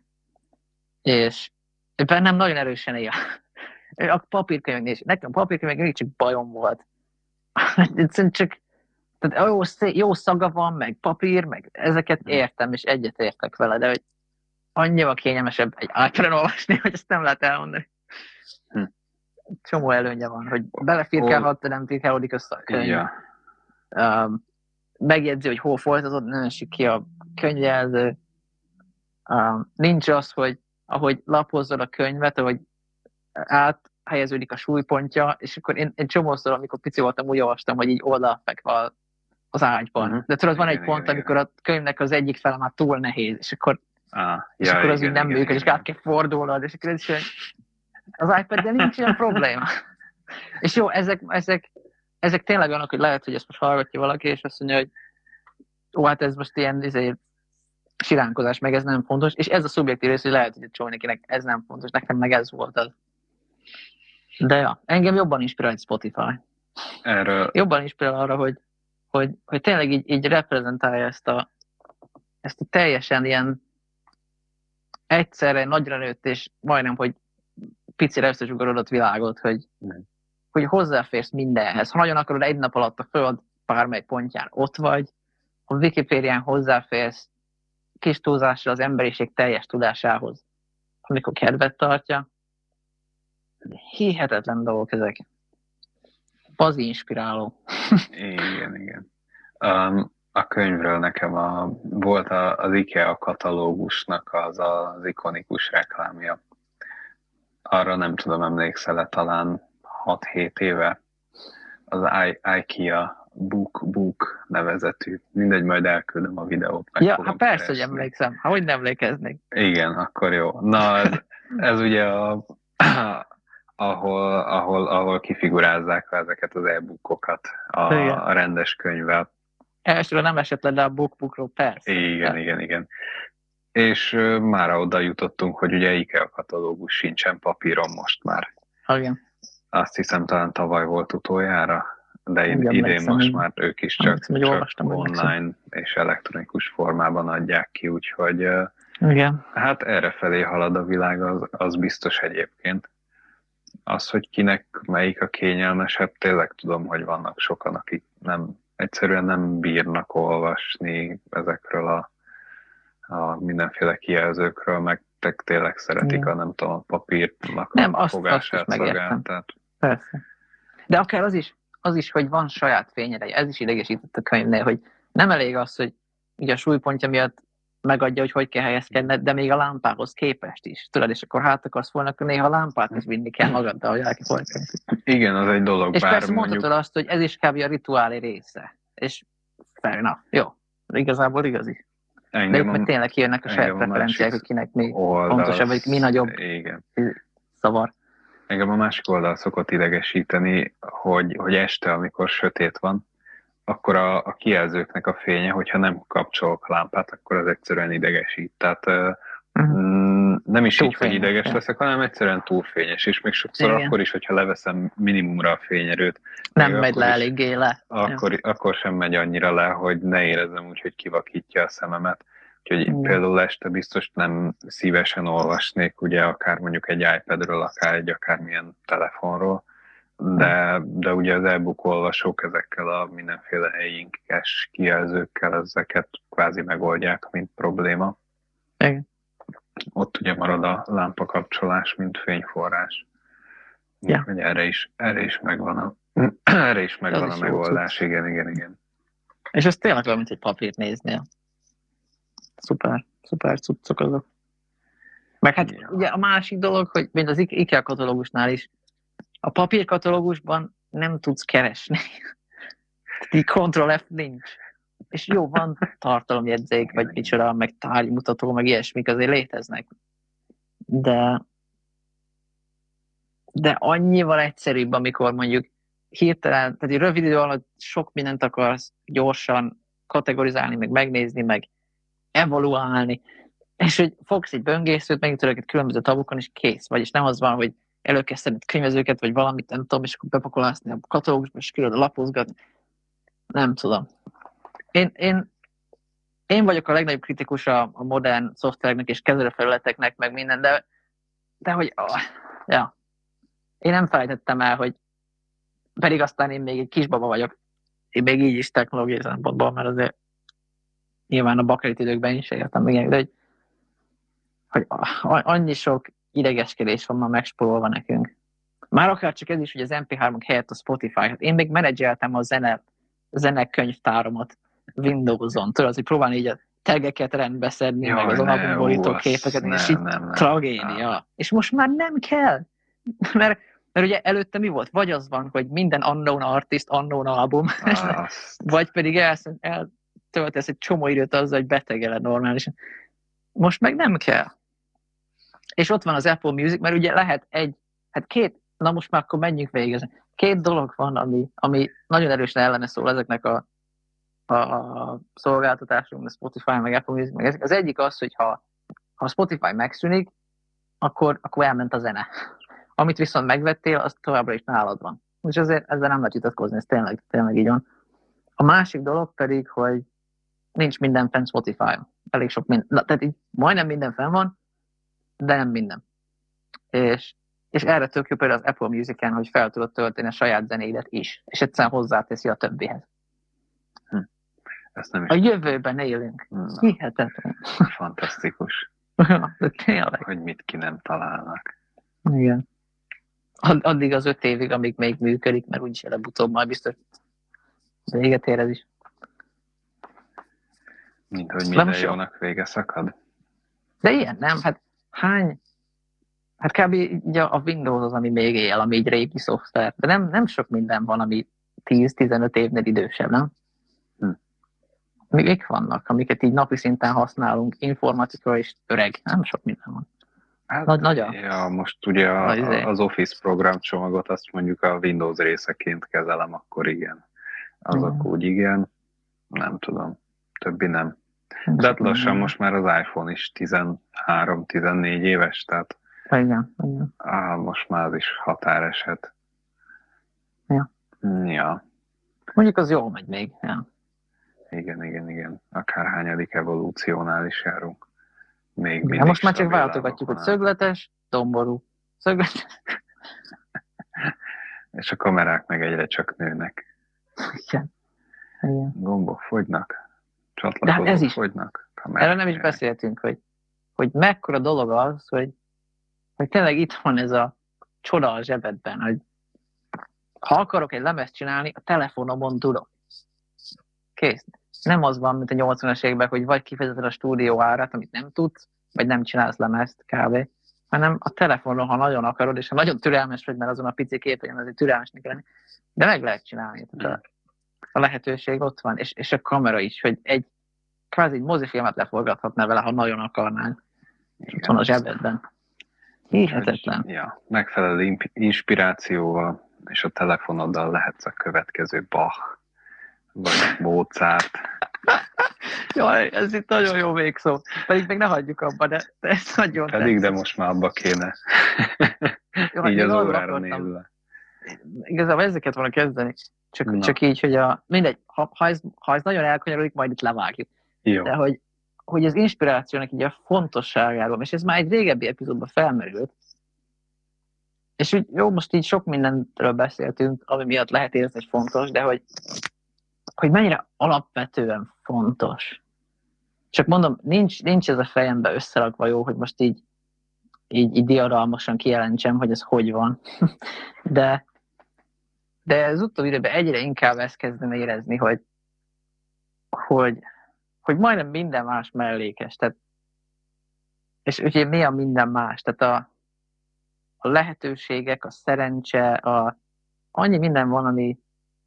És bennem nagyon erősen él. A papírkönyvnél, nekem papírkönyvek mindig csak bajom volt. Csak tehát jó szaga van, meg papír, meg ezeket értem, és egyet értek vele, de hogy annyival kényelmesebb egy iPad-en olvasni, hogy ezt nem lehet elmondani. Csomó előnye van, hogy belefirkálhat, de nem firkálódik össze a könyv. Yeah. Megjegyzi, hogy hol folytatod, nem esik ki a könyvjelző. Nincs az, hogy ahogy lapozzad a könyvet, ahogy áthelyeződik a súlypontja, és akkor én csomószor, amikor pici voltam, úgy olvastam, hogy így oldalfekve az ágyban. De tudod, van egy pont, amikor a könyvnek az egyik fele már túl nehéz, és akkor, akkor az így nem működik, és át kell fordulnod, és akkor ez is az iPad-del nincs ilyen probléma. És jó, ezek tényleg olyanok, hogy lehet, hogy ezt most hallgatja valaki, és azt mondja, hogy hát ez most ilyen siránkozás, meg ez nem fontos, és ez a szubjektív rész, hogy lehet, hogy csónikinek ez nem fontos, nekem meg ez volt az. De ja, engem jobban inspirál egy Spotify. Erről... Jobban inspirál arra, hogy tényleg így reprezentálja ezt a teljesen ilyen egyszerre nagyra nőtt, és majdnem, hogy picire összezsugorodott világot, hogy hozzáférsz mindenhez. Ha nagyon akarod, egy nap alatt a föld bármely pontján ott vagy, ha Wikipédián hozzáférsz kis túlzásra az emberiség teljes tudásához, amikor kedvet tartja. Hihetetlen dolgok ezek. Az inspiráló. Igen. A könyvről nekem volt az IKEA katalógusnak az ikonikus reklámja. Arra nem tudom, emlékszel-e, talán 6-7 éve az IKEA Book nevezetű. Mindegy, majd elküldöm a videót. Ja, hát persze, hogy emlékszem. Hogy nem emlékeznék. Igen, akkor jó. Na, ez ugye ahol kifigurázzák ezeket az e-bookokat a rendes könyvvel. Elsőre nem esett le, de a bookbookról persze. Igen. És már oda jutottunk, hogy ugye IKEA katalógus sincsen papíron most már. Igen. Azt hiszem, talán tavaly volt utoljára, de idén most már ők is csak online és elektronikus formában adják ki, úgyhogy igen. Hát errefelé halad a világ, az biztos egyébként. Az, hogy kinek melyik a kényelmesebb, tényleg tudom, hogy vannak sokan, akik egyszerűen nem bírnak olvasni ezekről a mindenféle kijelzőkről, meg tényleg szeretik a papírnak a fogását, szagát. Tehát... Persze. De akár az is, hogy van saját fényereje. Ez is idegesített a könyvnél, hogy nem elég az, hogy ugye a súlypontja miatt megadja, hogy kell helyezkedned, de még a lámpához képest is. Tudod, és akkor akarsz volna, akkor néha a lámpát is vinni kell magaddal, hogy elkezdődjön. Igen, az egy dolog. És persze mondhatod azt, hogy ez is kb. A rituálé része. És fair enough. Jó. Igazából igazi. De itt meg tényleg kijönnek a saját preferenciák, hogy kinek mi fontosabb, vagy mi nagyobb szavar. Engem a másik oldal szokott idegesíteni, hogy este, amikor sötét van, akkor a kijelzőknek a fénye, hogyha nem kapcsolok lámpát, akkor az egyszerűen idegesít. Tehát nem is túl így, fényes, hogy ideges leszek, hanem egyszerűen túlfényes, és még sokszor akkor is, hogyha leveszem minimumra a fényerőt. Nem megy le eléggé le. Akkor sem megy annyira le, hogy ne érezzem úgy, hogy kivakítja a szememet. Úgyhogy például este biztos nem szívesen olvasnék, ugye akár mondjuk egy iPadről, akármilyen telefonról, de ugye az e-book olvasók ezekkel a mindenféle helyinkes kijelzőkkel ezeket kvázi megoldják, mint probléma. Igen. Ott ugye marad a lámpakapcsolás, mint fényforrás. Ja. Erre is megvan a megoldás. Igen. És ez tényleg olyan, mint egy papírt néznél. Szuper cuccok azok. Meg hát ugye a másik dolog, hogy mint az IKEA katalógusnál is, a papírkatalógusban nem tudsz keresni. Így Ctrl-F nincs. És jó, van tartalomjegyzék, vagy micsoda, meg tárgymutató, meg ilyesmik azért léteznek. De annyival egyszerűbb, amikor mondjuk hirtelen, tehát egy rövid idő alatt sok mindent akarsz gyorsan kategorizálni, meg megnézni, meg evaluálni, és hogy fogsz egy böngészőt, megint egy különböző tabukon, és kész. Vagyis nem az van, hogy előkezdted könyvezőket, vagy valamit, nem tudom, és akkor bepakolászni a katalógusba, és külön lapozgatni. Nem tudom. Én vagyok a legnagyobb kritikus a modern szoftvereknek és kezelőfelületeknek, meg minden, de hogy ja. Én nem felejtettem el, hogy pedig aztán én még egy kisbaba vagyok. Én még így is technológiai szempontból, mert azért nyilván a bakelit időkben is értem még, de hogy annyi sok idegeskedés van ma megspórolva nekünk. Már akár csak ez is, hogy az MP3-ok helyett a Spotify. Hát én még menedzseltem a zene könyvtáromat Windows-on. Tudod, hogy próbálni így a tegeket rendbe szedni, meg az albumborító képeket, és így tragédia. És most már nem kell. Mert ugye előtte mi volt? Vagy az van, hogy minden unknown artist, unknown album, vagy pedig eltöltesz egy csomó időt azzal, hogy betegeled normálisan. Most meg nem kell. És ott van az Apple Music, mert ugye lehet na most már akkor menjünk végig. 2 dolog van, ami nagyon erősen ellene szól ezeknek a szolgáltatásunk, a Spotify, meg Apple Music, meg ezek. Az egyik az, hogy ha a Spotify megszűnik, akkor elment a zene. Amit viszont megvettél, az továbbra is nálad van. És ezzel nem lehet vitatkozni, ez tényleg így van. A másik dolog pedig, hogy nincs minden fenn Spotify-on. Elég sok tehát így majdnem minden fenn van, de nem minden. És erre tök jó például az Apple Music-en, hogy fel tudod tölteni a saját zenéidet is, és egyszerűen hozzáteszi a többihez. A jövőben élünk. Hihetetlen. Fantasztikus. De tényleg. Hogy mit ki nem találnak. Igen. Addig az 5 évig, amíg még működik, mert úgyis előbb-utóbb majd biztos véget ér ez is. Mint hogy minden jónak vége szakad. De ilyen nem, hát kb. A Windows az, ami még él, ami így régi szoftver, de nem sok minden van, ami 10-15 évnél idősebb, nem? Még vannak, amiket így napi szinten használunk, informatika és öreg, nem sok minden van. Ja, most ugye az Office programcsomagot azt mondjuk a Windows részeként kezelem, akkor igen. Azok úgy igen, nem tudom, többi nem. De hát lassan most már az iPhone is 13-14 éves, tehát igen. Most már az is határeset. Ja. Mondjuk az jól megy még. Ja. Igen. Akárhányadik evolúciónál is járunk. Most már csak váltogatjuk, hogy szögletes, domború. Szögletes. És a kamerák meg egyre csak nőnek. Igen. Gombok fogynak, csatlakozók fogynak. Erről nem is beszéltünk, hogy mekkora dolog az, hogy tényleg itt van ez a csoda a zsebedben, hogy ha akarok egy lemezt csinálni, a telefonomon tudok. Kész. Nem az van, mint a 80-as években, hogy vagy kifizeted a stúdió árát, amit nem tudsz, vagy nem csinálsz lemezt kb. Hanem a telefonon, ha nagyon akarod, és ha nagyon türelmes vagy, mert azon a pici képernyőn azért türelmesnek lenni, de meg lehet csinálni. A lehetőség ott van, és a kamera is, hogy kvázi egy mozifilmet leforgathatnál vele, ha nagyon akarnál. És ott van a zsebedben. Hihetetlen. Ja, megfelelő inspirációval, és a telefonoddal lehetsz a következő Bach, vagy Mozart. Jaj, ez itt nagyon jó végszó. Pedig még ne hagyjuk abba, de ez nagyon pedig, de most már abba kéne. Jó, így az órára nézve. Igazából ezeket volna kezdeni. Csak így, hogy mindegy, ha ez nagyon elkanyarodik, majd itt levágjuk. Jó. De hogy az inspirációnak így a fontosságáról, és ez már egy régebbi epizódban felmerült, és úgy, jó, most így sok mindenről beszéltünk, ami miatt lehet érezni, hogy fontos, de hogy mennyire alapvetően fontos. Csak mondom, nincs ez a fejembe összerakva jó, hogy most így diadalmasan kijelentsem, hogy ez hogy van. De az utóbbi időben egyre inkább ezt kezdem érezni, hogy majdnem minden más mellékes. Tehát, és ugye mi a minden más? Tehát a lehetőségek, a szerencse, annyi minden van, ami...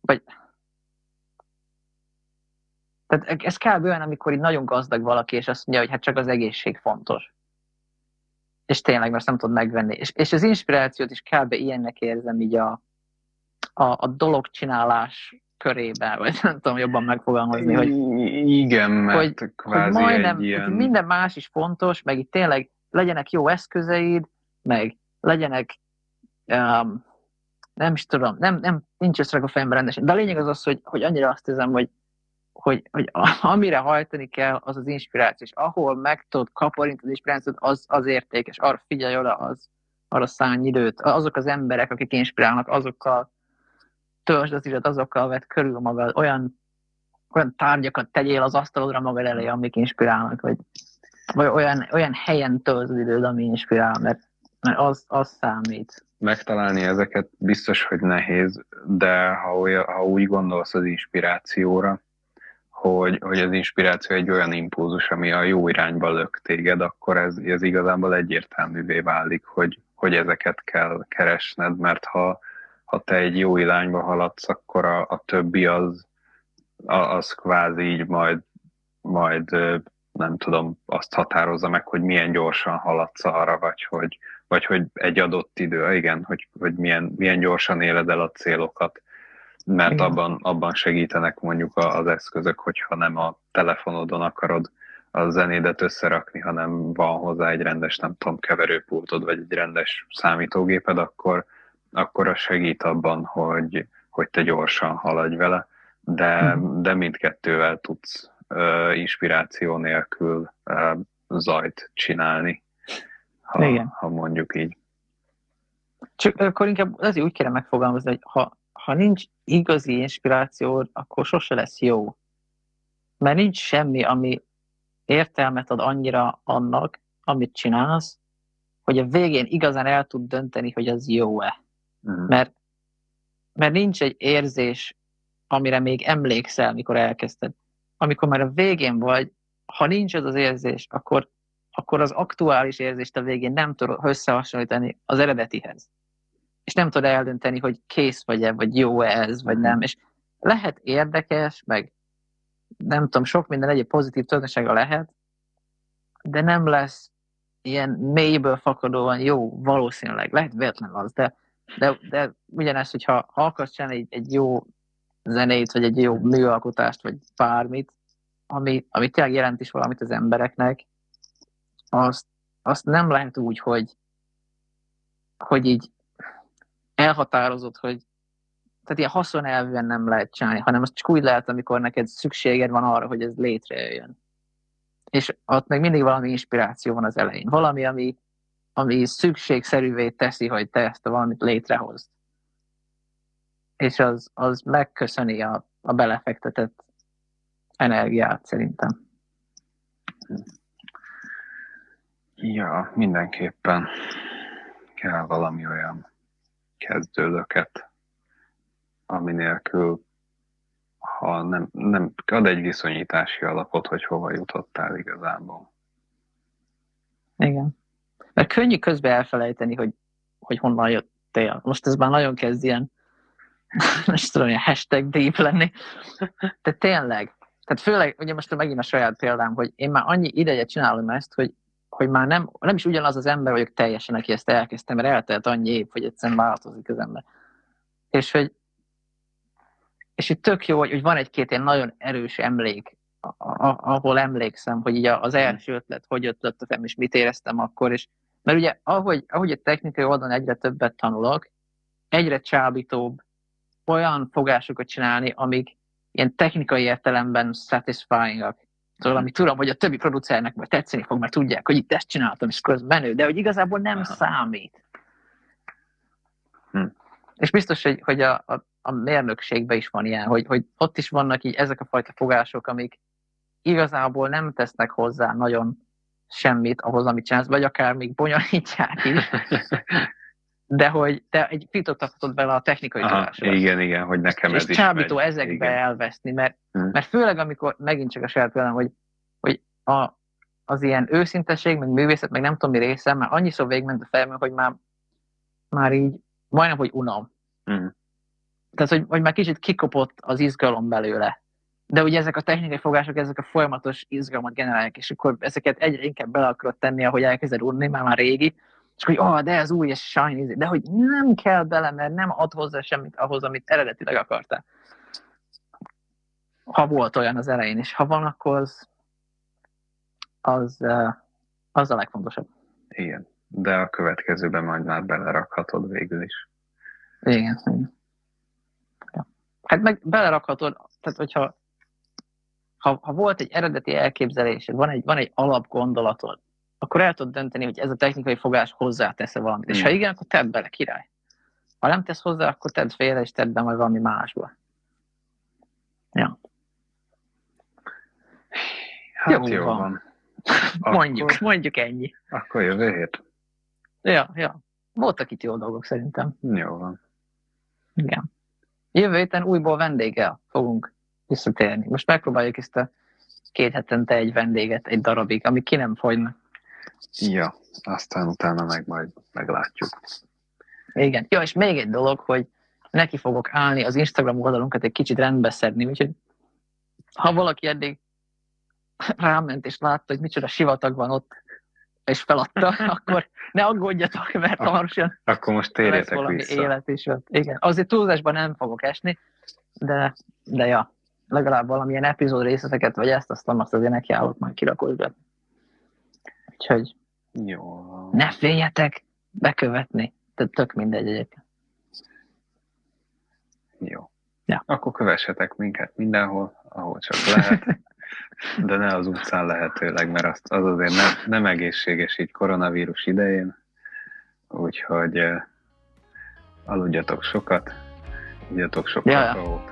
Tehát ez kb. Olyan, amikor így nagyon gazdag valaki, és azt mondja, hogy hát csak az egészség fontos. És tényleg, mert nem tudod megvenni. És az inspirációt is kb. Ilyennek érzem így a dologcsinálás körében, vagy nem tudom jobban megfogalmazni, hogy igen, mert kvázi majdnem, egy ilyen... minden más is fontos, meg itt tényleg legyenek jó eszközeid, meg legyenek, nem is tudom, nincs összerak a fejemben rendesen, de a lényeg az, hogy annyira azt hiszem, hogy amire hajtani kell, az az inspiráció, és ahol meg tudod kaparintani az inspirációt, az értékes, arra figyelj oda, arra szállj időt, azok az emberek, akik inspirálnak, azokkal töltsd az időt, azokkal vedd körül magad, olyan tárgyakat tegyél az asztalodra magad elé, amik inspirálnak, vagy olyan helyen töltsd az időt, ami inspirál, mert az számít. Megtalálni ezeket biztos, hogy nehéz, de ha úgy gondolsz az inspirációra, hogy az inspiráció egy olyan impulzus, ami a jó irányba lök téged, akkor ez igazából egyértelművé válik, hogy ezeket kell keresned, mert ha te egy jó irányba haladsz, akkor a többi az kvázi így majd nem tudom, azt határozza meg, hogy milyen gyorsan haladsz arra, vagy hogy egy adott idő, igen, hogy milyen gyorsan éled el a célokat, mert abban segítenek mondjuk az eszközök, hogyha nem a telefonodon akarod a zenédet összerakni, hanem van hozzá egy rendes, nem tudom, keverőpultod, vagy egy rendes számítógéped, akkor az segít abban, hogy te gyorsan haladj vele, de mindkettővel tudsz inspiráció nélkül zajt csinálni, ha mondjuk így. Csak akkor inkább azért úgy kéne megfogalmazni, hogy ha nincs igazi inspiráció, akkor sose lesz jó. Mert nincs semmi, ami értelmet ad annyira annak, amit csinálsz, hogy a végén igazán el tud dönteni, hogy az jó-e. Mert nincs egy érzés, amire még emlékszel, mikor elkezdted. Amikor már a végén vagy, ha nincs az érzés, akkor az aktuális érzést a végén nem tudod összehasonlítani az eredetihez. És nem tudod eldönteni, hogy kész vagy-e, vagy jó-e ez, vagy nem. És lehet érdekes, meg nem tudom, sok minden egyéb pozitív tulajdonsága lehet, de nem lesz ilyen mélyből fakadóan jó, valószínűleg. Lehet véletlen az, de ugyanezt, hogyha akarsz csinálni egy jó zenét, vagy egy jó műalkotást, vagy bármit, ami tényleg jelent is valamit az embereknek, azt nem lehet úgy, hogy így elhatározott, hogy tehát ilyen haszonelvűen nem lehet csinálni, hanem azt csak úgy lehet, amikor neked szükséged van arra, hogy ez létrejöjjön. És ott meg mindig valami inspiráció van az elején. Valami, ami szükségszerűvé teszi, hogy te ezt valamit létrehozd. És az megköszöni a belefektetett energiát szerintem. Ja, mindenképpen kell valami olyan kezdőlöket, ami nélkül, ha nem ad egy viszonyítási alapot, hogy hova jutottál igazából. Igen. Mert könnyű közben elfelejteni, hogy honnan jöttél. Most ez már nagyon kezd ilyen, nem tudom, ilyen hashtag deep lenni. De tényleg, tehát főleg, ugye most megint a saját példám, hogy én már annyi ideje csinálom ezt, hogy már nem is ugyanaz az ember vagyok teljesen, aki ezt elkezdtem, mert eltelt annyi év, hogy egyszerűen változik az ember. És itt tök jó, hogy van egy-két ilyen nagyon erős emlék, ahol emlékszem, hogy így az első ötlet, hogy ötlött a és mit éreztem akkor, és mert ugye ahogy a technikai oldalon egyre többet tanulok, egyre csábítóbb olyan fogásokat csinálni, amik ilyen technikai értelemben satisfying-ak. Szóval, amit tudom, hogy a többi producernek majd tetszeni fog, mert tudják, hogy itt ezt csináltam, és közben menő, de hogy igazából nem számít. És biztos, hogy a mérnökségben is van ilyen, hogy ott is vannak így ezek a fajta fogások, amik igazából nem tesznek hozzá nagyon semmit ahhoz, amit csinálsz, vagy akár még bonyolítják is. De hogy te egy fitot adhatod bele a technikai tudásra. Igen, hogy nekem ez is és csábító megy. ezekbe Igen. elveszni, mert főleg amikor, megint csak a saját példám, hogy az ilyen őszintesség, meg művészet, meg nem tudom mi része, már annyiszor végigment a fejemben, hogy már így majdnem, hogy unom. Tehát, hogy már kicsit kikopott az izgalom belőle. De ugye ezek a technikai fogások, ezek a folyamatos izgalmat generálják, és akkor ezeket egyre inkább bele akarod tenni, ahogy elkezded unni, már régi, és hogy de ez új, és shiny, de hogy nem kell bele, mert nem ad hozzá semmit ahhoz, amit eredetileg akartál. Ha volt olyan az elején is. Ha van, akkor az a legfontosabb. Igen, de a következőben majd már belerakhatod végül is. Igen. Ja. Hát meg belerakhatod, tehát hogyha ha volt egy eredeti elképzelésed, van egy alapgondolatod, akkor el tudod dönteni, hogy ez a technikai fogás hozzátesz-e valamit. És ha igen, akkor tedd bele, király. Ha nem tesz hozzá, akkor tedd félre, és tedd be majd valami másba. Ja. Hát jó van. Mondjuk ennyi. Akkor jövő hét. Ja. Voltak itt jó dolgok szerintem. Jó van. Igen. Jövő héten újból vendéggel fogunk visszatérni. Most megpróbáljuk ezt a 2 hetente egy vendéget egy darabig, amíg ki nem fogynak. Ja, aztán utána meg majd meglátjuk. Igen. Ja, és még egy dolog, hogy neki fogok állni az Instagram oldalunkat egy kicsit rendbe szedni, úgyhogy ha valaki eddig ráment és látta, hogy micsoda sivatag van ott, és feladta, akkor ne aggódjatok, mert hamarosan akkor most térjetek valami vissza. Élet is ott. Igen. Azért túlzásban nem fogok esni, de ja, legalább valamilyen epizód részleteket, vagy ezt, azt azért nekiállok majd kirakódgatni. Úgyhogy jó. Ne féljetek bekövetni, tehát tök mindegy egyébként. Jó. Ja. Akkor kövessetek minket mindenhol, ahol csak lehet, de ne az utcán lehetőleg, mert az azért nem egészséges így koronavírus idején, úgyhogy aludjatok sokat, igyatok sok kakaót.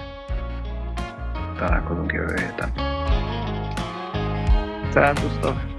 Találkozunk jövő héten. Szervusztok!